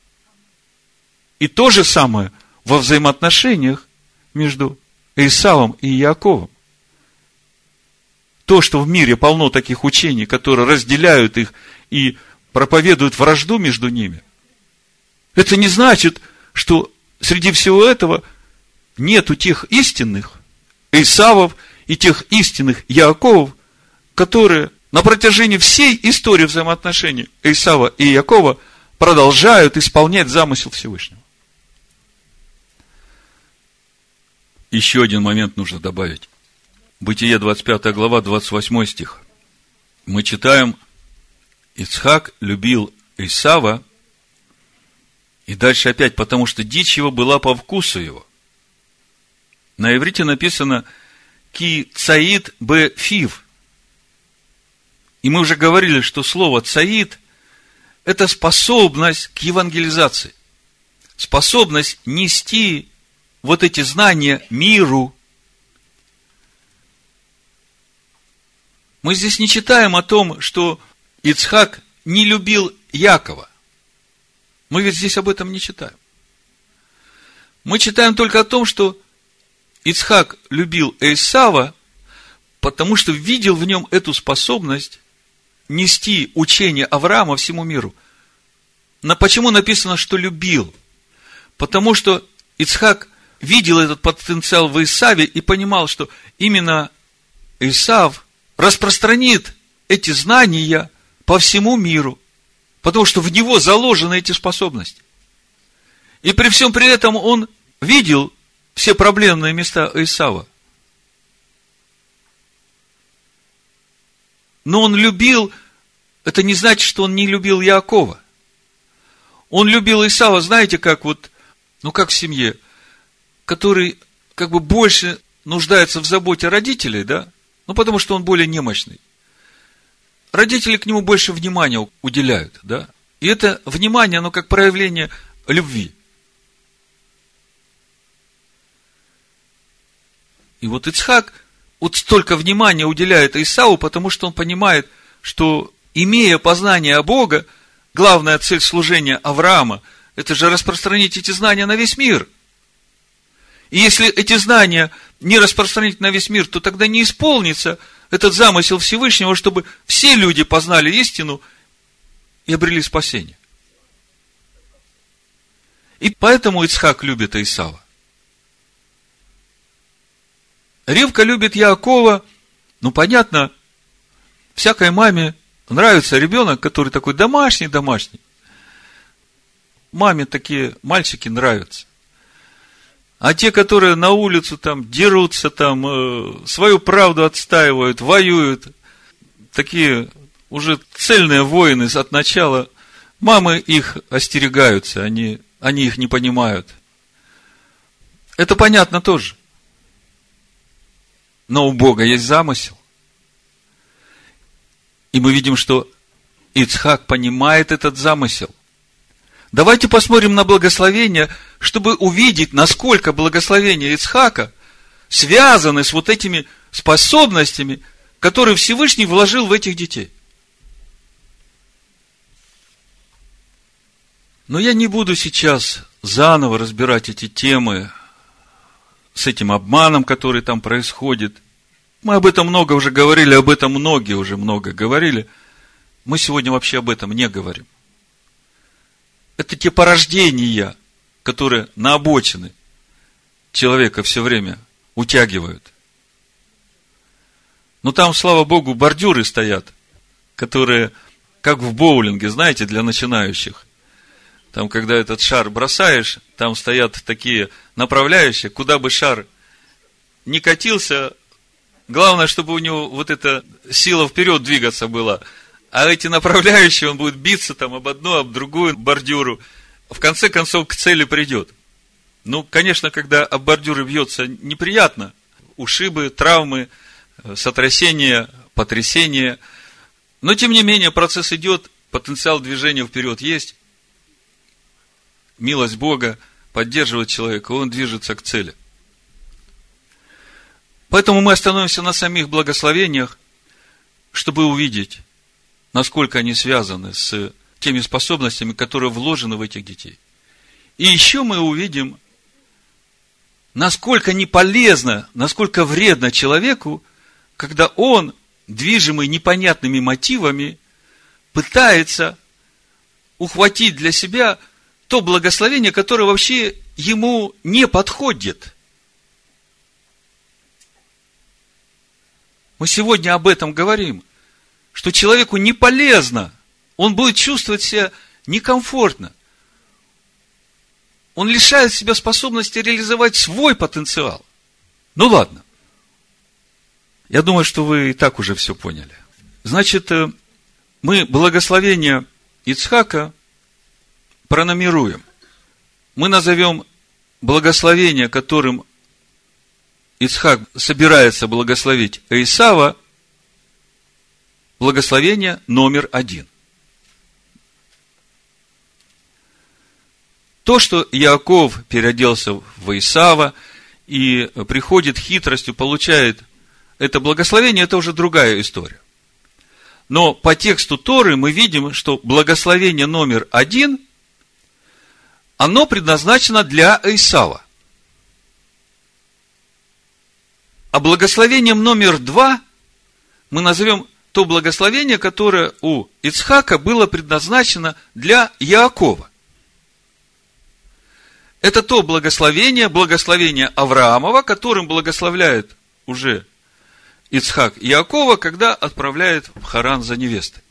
И то же самое во взаимоотношениях между Исавом и Иаковом. То, что в мире полно таких учений, которые разделяют их и проповедуют вражду между ними, это не значит, что среди всего этого нету тех истинных Исавов и тех истинных Иаковов, которые на протяжении всей истории взаимоотношений Исава и Иакова продолжают исполнять замысел Всевышнего. Еще один момент нужно добавить. Бытие двадцать пятая глава, двадцать восьмой стих. Мы читаем: Ицхак любил Исава, и дальше опять, потому что дичь его была по вкусу его. На иврите написано «ки цаид бе фив». И мы уже говорили, что слово «цаид» – это способность к евангелизации, способность нести вот эти знания миру. Мы здесь не читаем о том, что Ицхак не любил Иакова. Мы ведь здесь об этом не читаем. Мы читаем только о том, что Ицхак любил Эсава, потому что видел в нем эту способность нести учение Авраама всему миру. Но почему написано, что любил? Потому что Ицхак видел этот потенциал в Исаве и понимал, что именно Исав распространит эти знания по всему миру, потому что в него заложены эти способности. И при всем при этом он видел все проблемные места Исава. Но он любил, это не значит, что он не любил Иакова. Он любил Исава, знаете, как вот ну как в семье, который как бы больше нуждается в заботе родителей, да, ну потому что он более немощный. Родители к нему больше внимания уделяют, да, и это внимание, оно как проявление любви. И вот Ицхак вот столько внимания уделяет Исаву, потому что он понимает, что, имея познание о Боге, главная цель служения Авраама – это же распространить эти знания на весь мир. И если эти знания не распространить на весь мир, то тогда не исполнится этот замысел Всевышнего, чтобы все люди познали истину и обрели спасение. И поэтому Ицхак любит Исава. Ривка любит Яакова. Ну, понятно, всякой маме нравится ребенок, который такой домашний-домашний. Маме такие мальчики нравятся. А те, которые на улицу там дерутся, там, э, свою правду отстаивают, воюют, такие уже цельные воины от начала, мамы их остерегаются, они, они их не понимают. Это понятно тоже. Но у Бога есть замысел. И мы видим, что Ицхак понимает этот замысел. Давайте посмотрим на благословение, чтобы увидеть, насколько благословения Ицхака связаны с вот этими способностями, которые Всевышний вложил в этих детей. Но я не буду сейчас заново разбирать эти темы с этим обманом, который там происходит. Мы об этом много уже говорили, об этом многие уже много говорили. Мы сегодня вообще об этом не говорим. Это те порождения, которые на обочины человека все время утягивают. Но там, слава Богу, бордюры стоят, которые, как в боулинге, знаете, для начинающих. Там, когда этот шар бросаешь, там стоят такие направляющие, куда бы шар не катился, главное, чтобы у него вот эта сила вперед двигаться была. А эти направляющие, он будет биться там об одну, об другую бордюру. В конце концов, к цели придет. Ну, конечно, когда об бордюры бьется, неприятно. Ушибы, травмы, сотрясения, потрясения. Но, тем не менее, процесс идет, потенциал движения вперед есть. Милость Бога поддерживает человека, он движется к цели. Поэтому мы остановимся на самих благословениях, чтобы увидеть, насколько они связаны с теми способностями, которые вложены в этих детей. И еще мы увидим, насколько не полезно, насколько вредно человеку, когда он, движимый непонятными мотивами, пытается ухватить для себя то благословение, которое вообще ему не подходит. Мы сегодня об этом говорим, что человеку не полезно, он будет чувствовать себя некомфортно. Он лишает себя способности реализовать свой потенциал. Ну ладно. Я думаю, что вы и так уже все поняли. Значит, мы благословение Ицхака пронумеруем. Мы назовем благословение, которым Ицхак собирается благословить Исава, благословение номер один. То, что Иаков переоделся в Исава и приходит хитростью, получает это благословение, это уже другая история. Но по тексту Торы мы видим, что благословение номер один, оно предназначено для Исава. А благословением номер два мы назовем то благословение, которое у Ицхака было предназначено для Иакова. Это то благословение, благословение Авраамова, которым благословляет уже Ицхак Иакова, когда отправляет в Харан за невестой.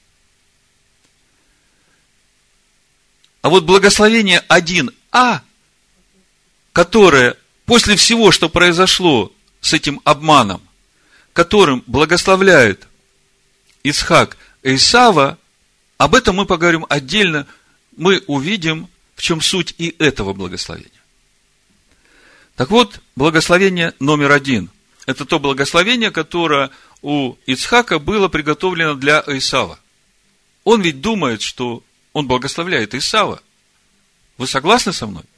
А вот благословение один а, которое после всего, что произошло с этим обманом, которым благословляет Ицхак Исава, об этом мы поговорим отдельно, мы увидим, в чем суть и этого благословения. Так вот, благословение номер один. Это то благословение, которое у Ицхака было приготовлено для Исава. Он ведь думает, что он благословляет Исава. Вы согласны со мной?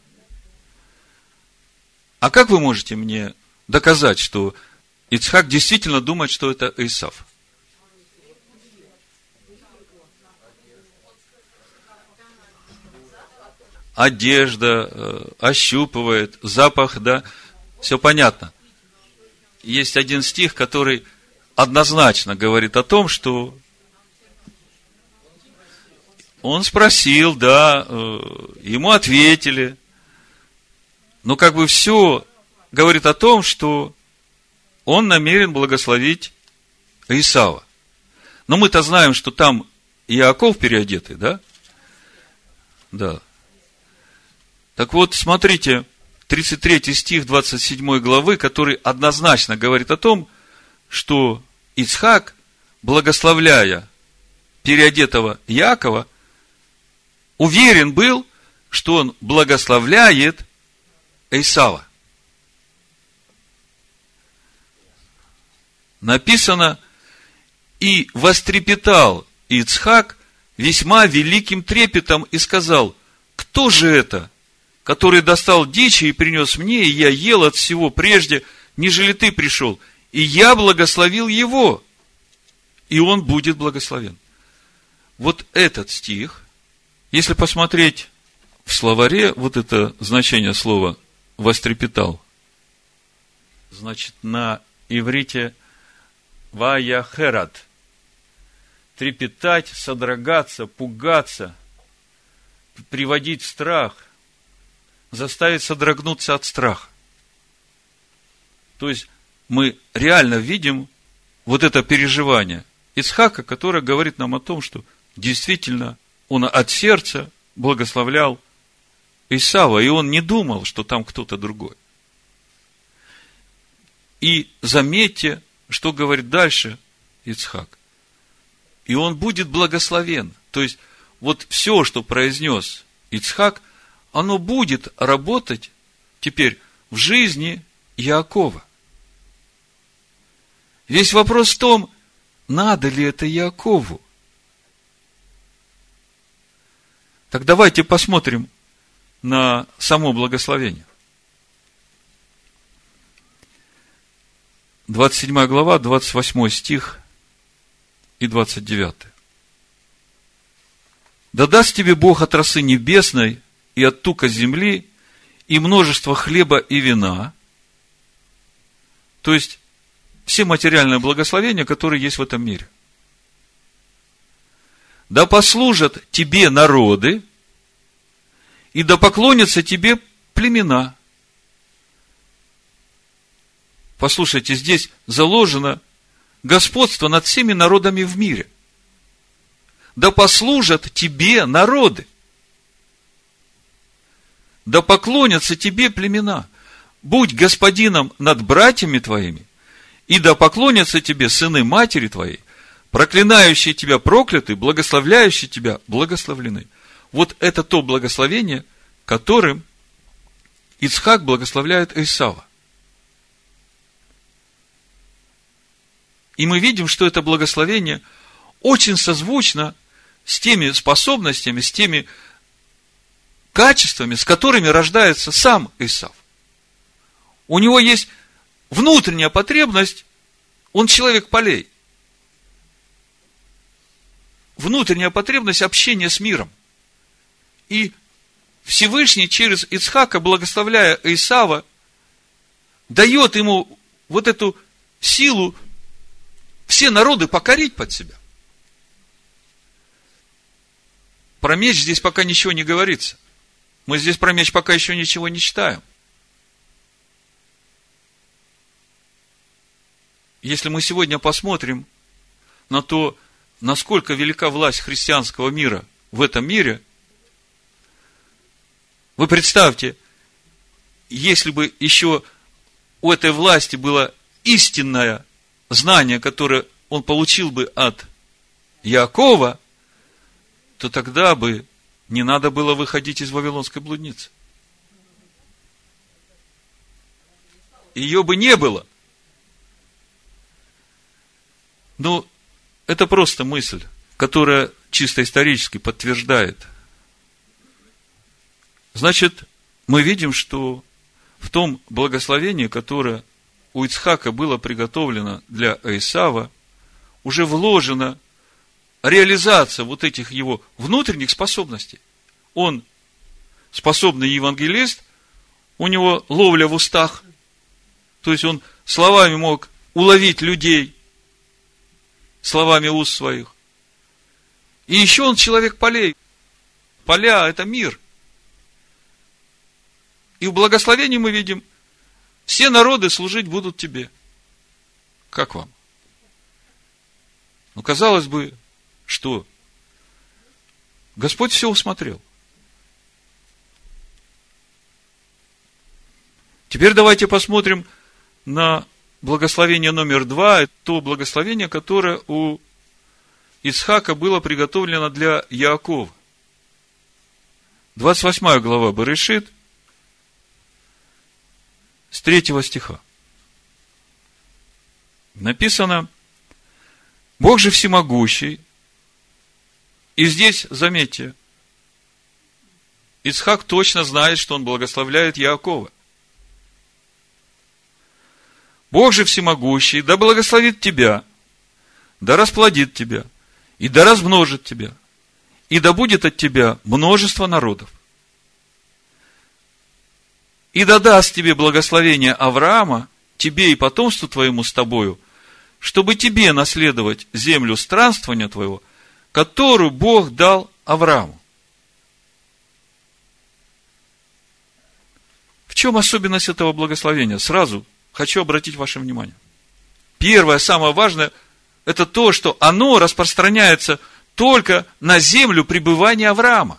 А как вы можете мне доказать, что Ицхак действительно думает, что это Исав? Одежда, э, ощупывает, запах, да, все понятно. Есть один стих, который однозначно говорит о том, что он спросил, да, э, ему ответили, но как бы все говорит о том, что он намерен благословить Исава. Но мы-то знаем, что там Иаков переодетый, да? Да. Так вот, смотрите, тридцать третий стих двадцать седьмой главы, который однозначно говорит о том, что Ицхак, благословляя переодетого Иакова, уверен был, что он благословляет Исава. Написано: и вострепетал Ицхак весьма великим трепетом и сказал: кто же это, который достал дичи и принес мне, и я ел от всего прежде, нежели ты пришел, и я благословил его, и он будет благословен. Вот этот стих, если посмотреть в словаре, вот это значение слова «вострепетал», значит, на иврите «ваяхерат» – трепетать, содрогаться, пугаться, приводить в страх, заставить содрогнуться от страха. То есть, мы реально видим вот это переживание Ицхака, которое говорит нам о том, что действительно он от сердца благословлял Исава, и он не думал, что там кто-то другой. И заметьте, что говорит дальше Ицхак. И он будет благословен. То есть, вот все, что произнес Ицхак, оно будет работать теперь в жизни Иакова. Весь вопрос в том, надо ли это Иакову. Так давайте посмотрим на само благословение. двадцать седьмая глава, двадцать восьмой стих и двадцать девятый. Да даст тебе Бог от росы небесной и от тука земли, и множество хлеба и вина. То есть, все материальные благословения, которые есть в этом мире. Да послужат тебе народы, и да поклонятся тебе племена. Послушайте, здесь заложено господство над всеми народами в мире. Да послужат тебе народы. Да поклонятся тебе племена. Будь господином над братьями твоими, и да поклонятся тебе сыны матери твоей, проклинающие тебя прокляты, благословляющие тебя благословлены. Вот это то благословение, которым Ицхак благословляет Исава. И мы видим, что это благословение очень созвучно с теми способностями, с теми качествами, с которыми рождается сам Исав. У него есть внутренняя потребность, он человек полей. Внутренняя потребность общения с миром. И Всевышний через Ицхака, благословляя Исава, дает ему вот эту силу все народы покорить под себя. Про меч здесь пока ничего не говорится. Мы здесь про меч пока еще ничего не читаем. Если мы сегодня посмотрим на то, насколько велика власть христианского мира в этом мире, вы представьте, если бы еще у этой власти было истинное знание, которое он получил бы от Иакова, то тогда бы не надо было выходить из вавилонской блудницы. ее бы не было. Но это просто мысль, которая чисто исторически подтверждает. Значит, мы видим, что в том благословении, которое у Ицхака было приготовлено для Исава, уже вложена реализация вот этих его внутренних способностей. Он способный евангелист, у него ловля в устах, то есть он словами мог уловить людей, словами уст своих. И еще он человек полей. Поля – это мир. И в благословении мы видим, все народы служить будут тебе. Как вам? Ну, казалось бы, что Господь все усмотрел. Теперь давайте посмотрим на благословение номер два. Это то благословение, которое у Ицхака было приготовлено для Яакова. двадцать восьмая глава Берешит, с третьего стиха. Написано: Бог же всемогущий. И здесь, заметьте, Ицхак точно знает, что он благословляет Яакова. Бог же всемогущий, да благословит тебя, да расплодит тебя, и да размножит тебя, и да будет от тебя множество народов. И да даст тебе благословение Авраама, тебе и потомству твоему с тобою, чтобы тебе наследовать землю странствования твоего, которую Бог дал Аврааму. В чем особенность этого благословения? Сразу хочу обратить ваше внимание. Первое, самое важное, это то, что оно распространяется только на землю пребывания Авраама.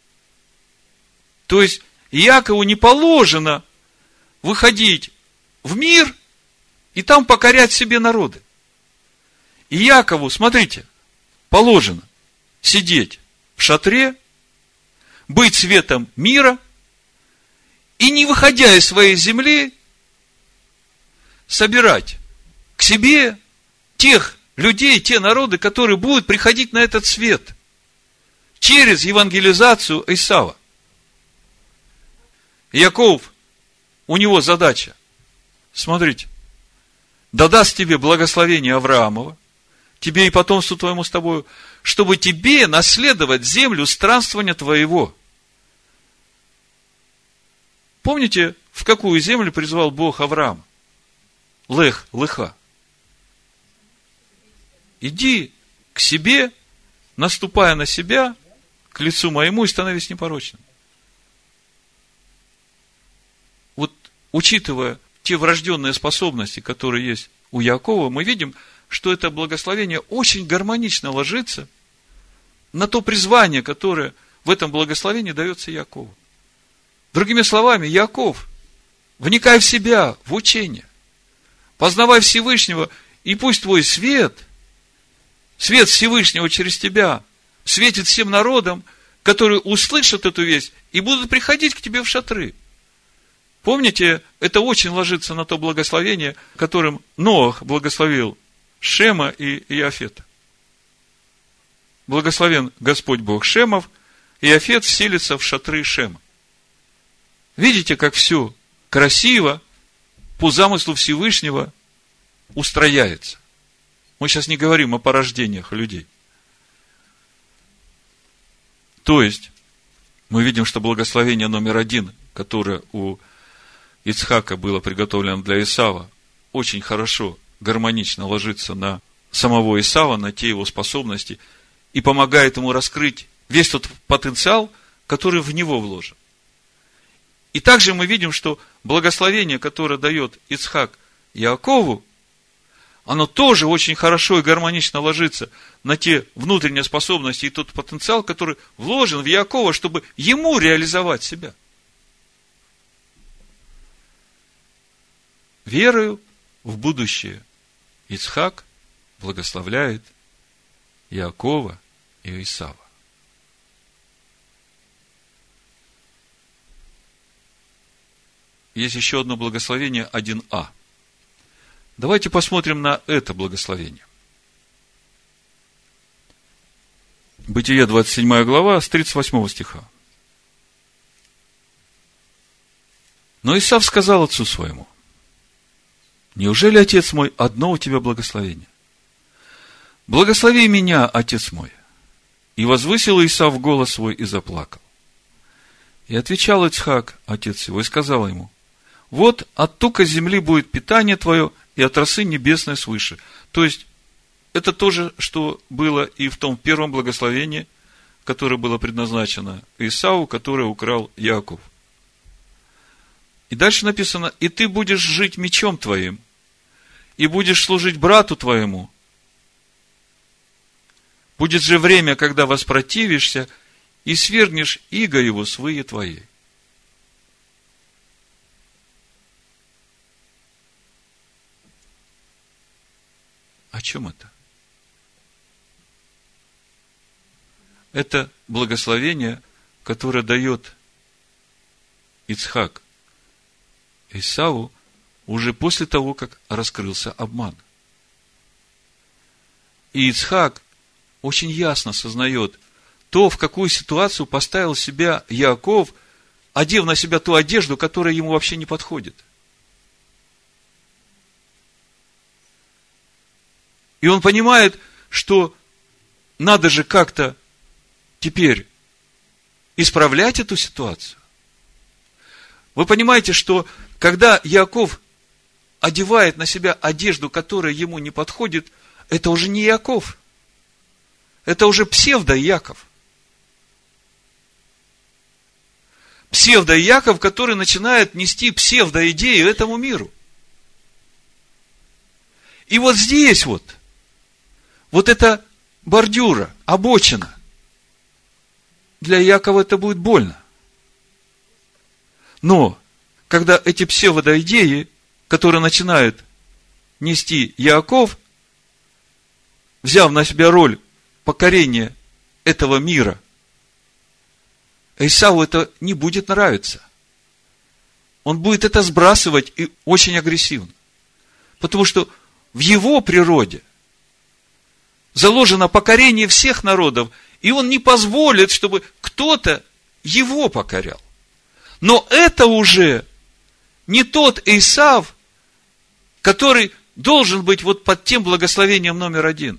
То есть, Иакову не положено выходить в мир и там покорять себе народы. Иакову, смотрите, положено сидеть в шатре, быть светом мира и, не выходя из своей земли, собирать к себе тех людей, те народы, которые будут приходить на этот свет через евангелизацию Исава. Иаков, у него задача, смотрите, да даст тебе благословение Авраамова, тебе и потомству твоему с тобою, чтобы тебе наследовать землю странствования твоего. Помните, в какую землю призвал Бог Авраама? Лех, Леха. Иди к себе, наступая на себя, к лицу моему, и становись непорочным. Вот, учитывая те врожденные способности, которые есть у Яакова, мы видим, что это благословение очень гармонично ложится на то призвание, которое в этом благословении дается Яакову. Другими словами, Яаков, вникай в себя, в учение, познавай Всевышнего, и пусть твой свет, свет Всевышнего через тебя, светит всем народам, которые услышат эту весть и будут приходить к тебе в шатры. Помните, это очень ложится на то благословение, которым Ноах благословил Шема и Иафета. Благословен Господь Бог Шемов, и Иафет вселится в шатры Шема. Видите, как все красиво, по замыслу Всевышнего устрояется. Мы сейчас не говорим о порождениях людей. То есть, мы видим, что благословение номер один, которое у Ицхака было приготовлено для Исава, очень хорошо, гармонично ложится на самого Исава, на те его способности, и помогает ему раскрыть весь тот потенциал, который в него вложен. И также мы видим, что благословение, которое дает Ицхак Яакову, оно тоже очень хорошо и гармонично ложится на те внутренние способности и тот потенциал, который вложен в Яакова, чтобы ему реализовать себя. Верою в будущее Ицхак благословляет Яакова и Исава. есть еще одно благословение, один а. Давайте посмотрим на это благословение. Бытие, двадцать седьмая глава, с тридцать восьмого стиха. Но Исав сказал отцу своему: неужели, отец мой, одно у тебя благословение? Благослови меня, отец мой. И возвысил Исав голос свой и заплакал. И отвечал Ицхак, отец его, и сказал ему: вот от тука земли будет питание твое, и от росы небесной свыше. То есть, это то же, что было и в том первом благословении, которое было предназначено Исаву, которое украл Иаков. И дальше написано: и ты будешь жить мечом твоим, и будешь служить брату твоему. Будет же время, когда воспротивишься, и свергнешь иго его с вые твоей. О чем это? Это благословение, которое дает Ицхак Исаву уже после того, как раскрылся обман. И Ицхак очень ясно сознает то, в какую ситуацию поставил себя Иаков, одев на себя ту одежду, которая ему вообще не подходит. И он понимает, что надо же как-то теперь исправлять эту ситуацию. Вы понимаете, что когда Иаков одевает на себя одежду, которая ему не подходит, это уже не Иаков. Это уже псевдо-Иаков. Псевдо-Иаков, который начинает нести псевдоидею этому миру. И вот здесь вот, вот эта бордюра, обочина, для Иакова это будет больно. Но, когда эти псевдоидеи, которые начинает нести Иаков, взяв на себя роль покорения этого мира, Исаву это не будет нравиться. Он будет это сбрасывать и очень агрессивно. Потому что в его природе заложено покорение всех народов, и он не позволит, чтобы кто-то его покорял. Но это уже не тот Исав, который должен быть вот под тем благословением номер один.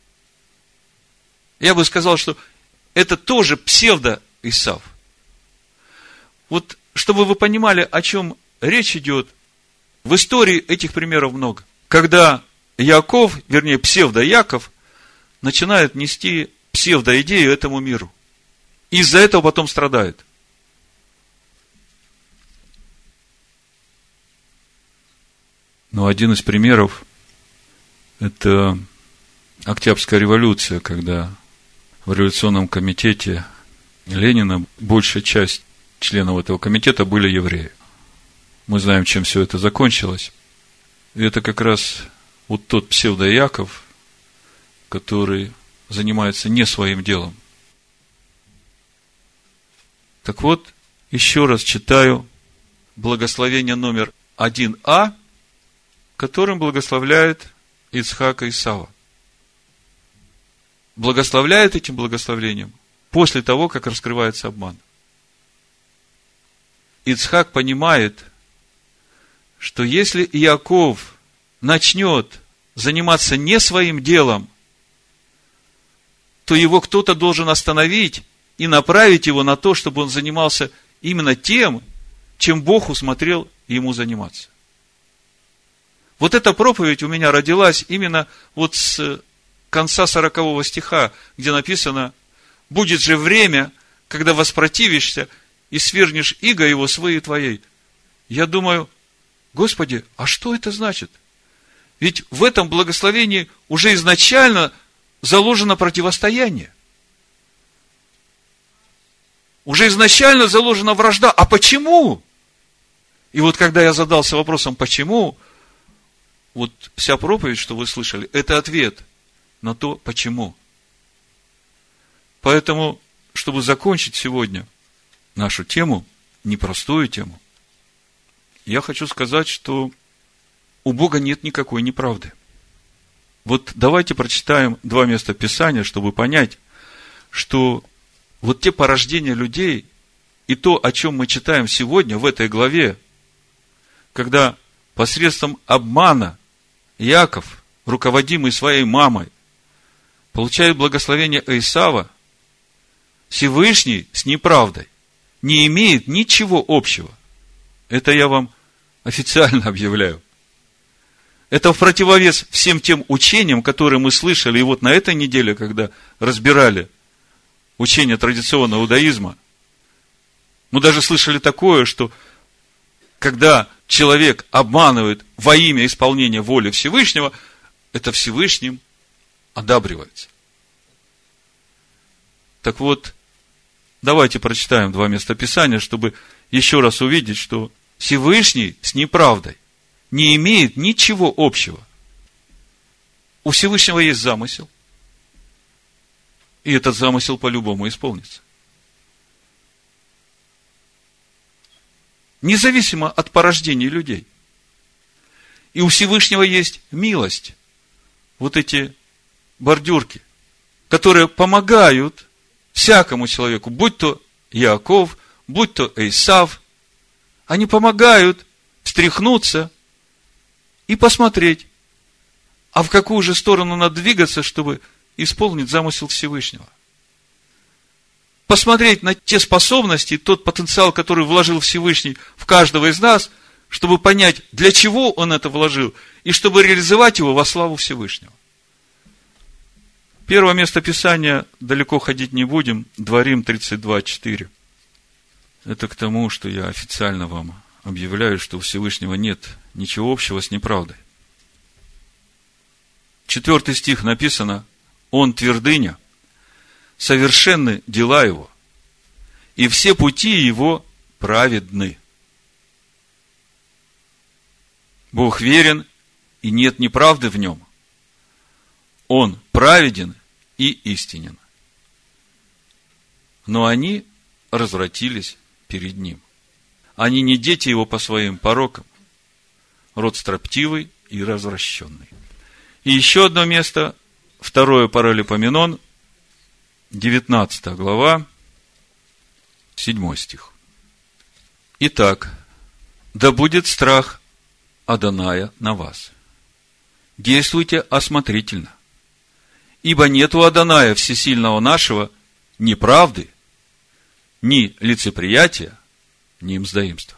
Я бы сказал, что это тоже псевдо-Исав. Вот, чтобы вы понимали, о чем речь идет, в истории этих примеров много. Когда Иаков, вернее, псевдо-Иаков, начинает нести псевдоидею этому миру. Из-за этого потом страдает. Но один из примеров – это Октябрьская революция, когда в революционном комитете Ленина большая часть членов этого комитета были евреи. Мы знаем, чем все это закончилось. И это как раз вот тот псевдо-Иаков, который занимается не своим делом. Так вот, еще раз читаю благословение номер один а, которым благословляет Ицхака Исава. Благословляет этим благословением после того, как раскрывается обман. Ицхак понимает, что если Иаков начнет заниматься не своим делом, то его кто-то должен остановить и направить его на то, чтобы он занимался именно тем, чем Бог усмотрел ему заниматься. Вот эта проповедь у меня родилась именно вот с конца сорокового стиха, где написано: «Будет же время, когда воспротивишься и свергнешь иго его с вые твоей». Я думаю: Господи, а что это значит? Ведь в этом благословении уже изначально заложено противостояние. Уже изначально заложена вражда. А почему? И вот когда я задался вопросом «почему?», вот вся проповедь, что вы слышали, это ответ на то, почему. Поэтому, чтобы закончить сегодня нашу тему, непростую тему, я хочу сказать, что у Бога нет никакой неправды. Вот давайте прочитаем два места Писания, чтобы понять, что вот те порождения людей и то, о чем мы читаем сегодня в этой главе, когда посредством обмана Иаков, руководимый своей мамой, получает благословение Исава, Всевышний с неправдой не имеет ничего общего. Это я вам официально объявляю. Это в противовес всем тем учениям, которые мы слышали, и вот на этой неделе, когда разбирали учение традиционного иудаизма, мы даже слышали такое, что когда человек обманывает во имя исполнения воли Всевышнего, это Всевышним одабривается. Так вот, давайте прочитаем два местописания, чтобы еще раз увидеть, что Всевышний с неправдой не имеет ничего общего. У Всевышнего есть замысел, и этот замысел по-любому исполнится. Независимо от порождений людей. И у Всевышнего есть милость. Вот эти бордюрки, которые помогают всякому человеку, будь то Иаков, будь то Исав, они помогают встряхнуться и посмотреть, а в какую же сторону надо двигаться, чтобы исполнить замысел Всевышнего. Посмотреть на те способности, тот потенциал, который вложил Всевышний в каждого из нас, чтобы понять, для чего он это вложил, и чтобы реализовать его во славу Всевышнего. Первое место Писания, далеко ходить не будем, Дворим тридцать два четыре. Это к тому, что я официально вам объявляю, что у Всевышнего нет ничего общего с неправдой. Четвертый стих написано: Он твердыня, совершенны дела его, и все пути его праведны. Бог верен, и нет неправды в нем. Он праведен и истинен. Но они развратились перед ним. Они не дети его по своим порокам, род строптивый и развращенный. И еще одно место, второе Паралипоменон, девятнадцатая глава, седьмой стих. Итак, да будет страх Адоная на вас. Действуйте осмотрительно, ибо нет у Адоная всесильного нашего ни правды, ни лицеприятия, ни мздоимства.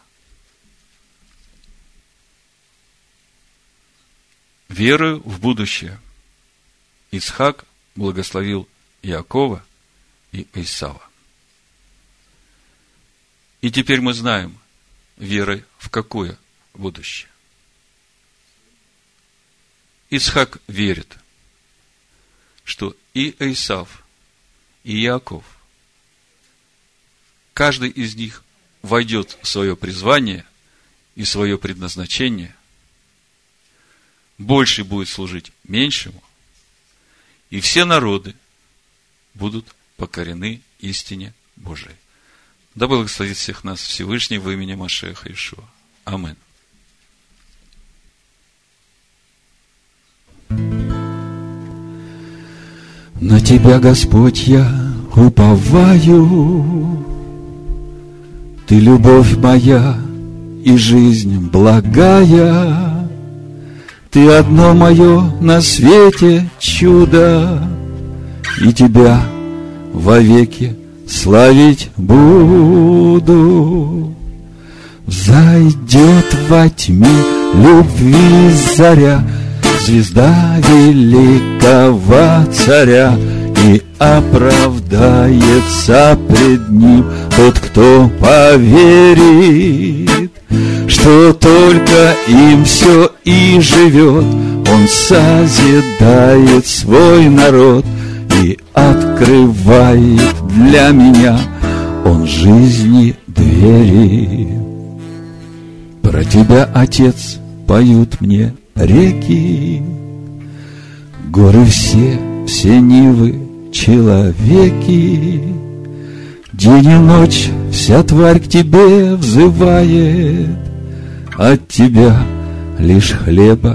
Верою в будущее Ицхак благословил Иакова и Исава. И теперь мы знаем, верой в какое будущее. Ицхак верит, что и Исав, и Иаков, каждый из них войдет в свое призвание и свое предназначение, больше будет служить меньшему, и все народы будут покорены истине Божией. Да благословит всех нас Всевышний во имя Машеха Иешуа. Амин. На Тебя, Господь, я уповаю, Ты любовь моя и жизнь благая, Ты одно мое на свете чудо, и Тебя вовеки славить буду. Взойдет во тьме любви заря, звезда великого царя, и оправдается пред ним тот, кто поверит, что только им все и живет. Он созидает свой народ и открывает для меня он жизни двери. Про Тебя, Отец, поют мне реки, горы все, все нивы, человеки. День и ночь вся тварь к Тебе взывает, от тебя лишь хлеба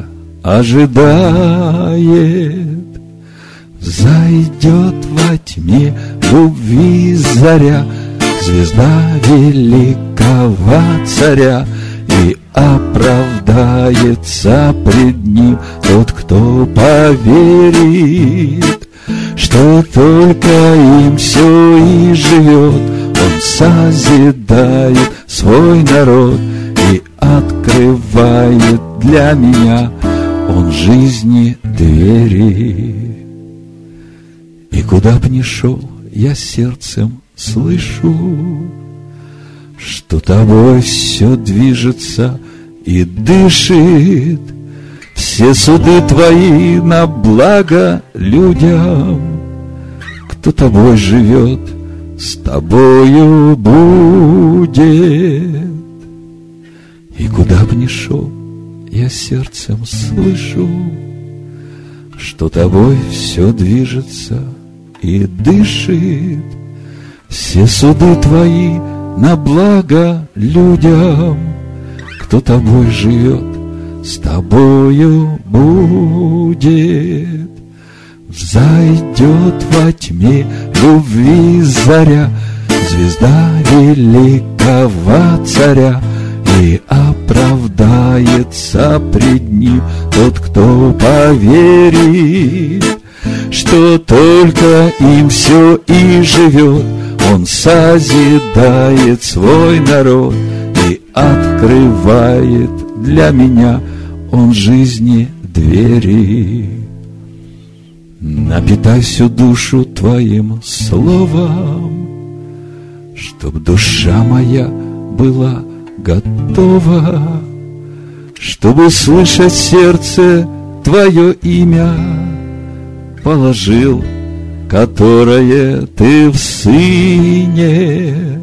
ожидает. Зайдет во тьме любви заря, звезда великого царя, и оправдается пред ним тот, кто поверит, что только им все и живет. Он созидает свой народ и открывает для меня он жизни двери. И куда б ни шел, я сердцем слышу, что тобой все движется и дышит. Все суды твои на благо людям. Кто тобой живет, с тобою будет. И куда б ни шел, я сердцем слышу, что тобой все движется и дышит. Все суды твои на благо людям. Кто тобой живет, с тобою будет. Взойдет во тьме любви заря, звезда великого царя, и оправдается пред ним тот, кто поверит, что только им все и живет. Он созидает свой народ и открывает для меня он жизни двери. Напитай всю душу твоим словом, чтоб душа моя была готова, чтобы слышать сердце твое имя положил, которое ты в сыне.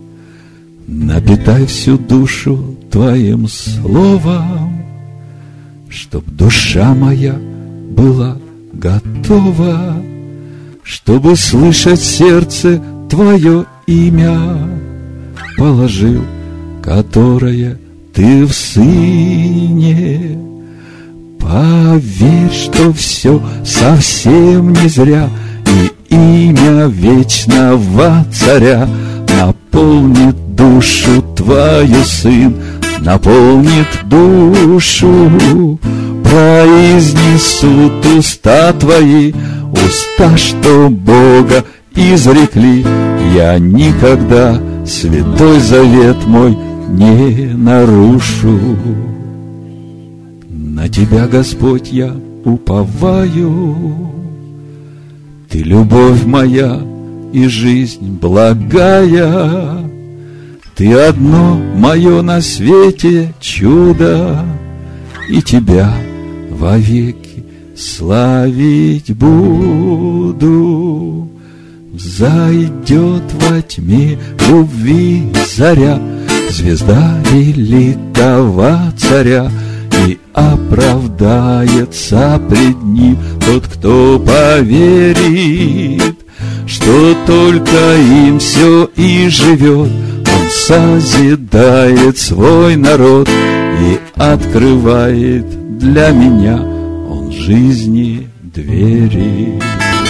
Напитай всю душу твоим словом, чтоб душа моя была готова, чтобы слышать сердце твое имя положил, которое ты в сыне. Поверь, что все совсем не зря, и имя вечного царя наполнит душу твою, сын, наполнит душу. Произнесут уста твои, уста, что Бога изрекли. Я никогда святой завет мой не нарушу. На тебя, Господь, я уповаю. Ты любовь моя и жизнь благая. Ты одно мое на свете чудо, и тебя вовеки славить буду. Взойдет во тьме любви заря, звезда великого царя, и оправдается пред ним тот, кто поверит, что только им все и живет. Он созидает свой народ и открывает для меня он жизни двери.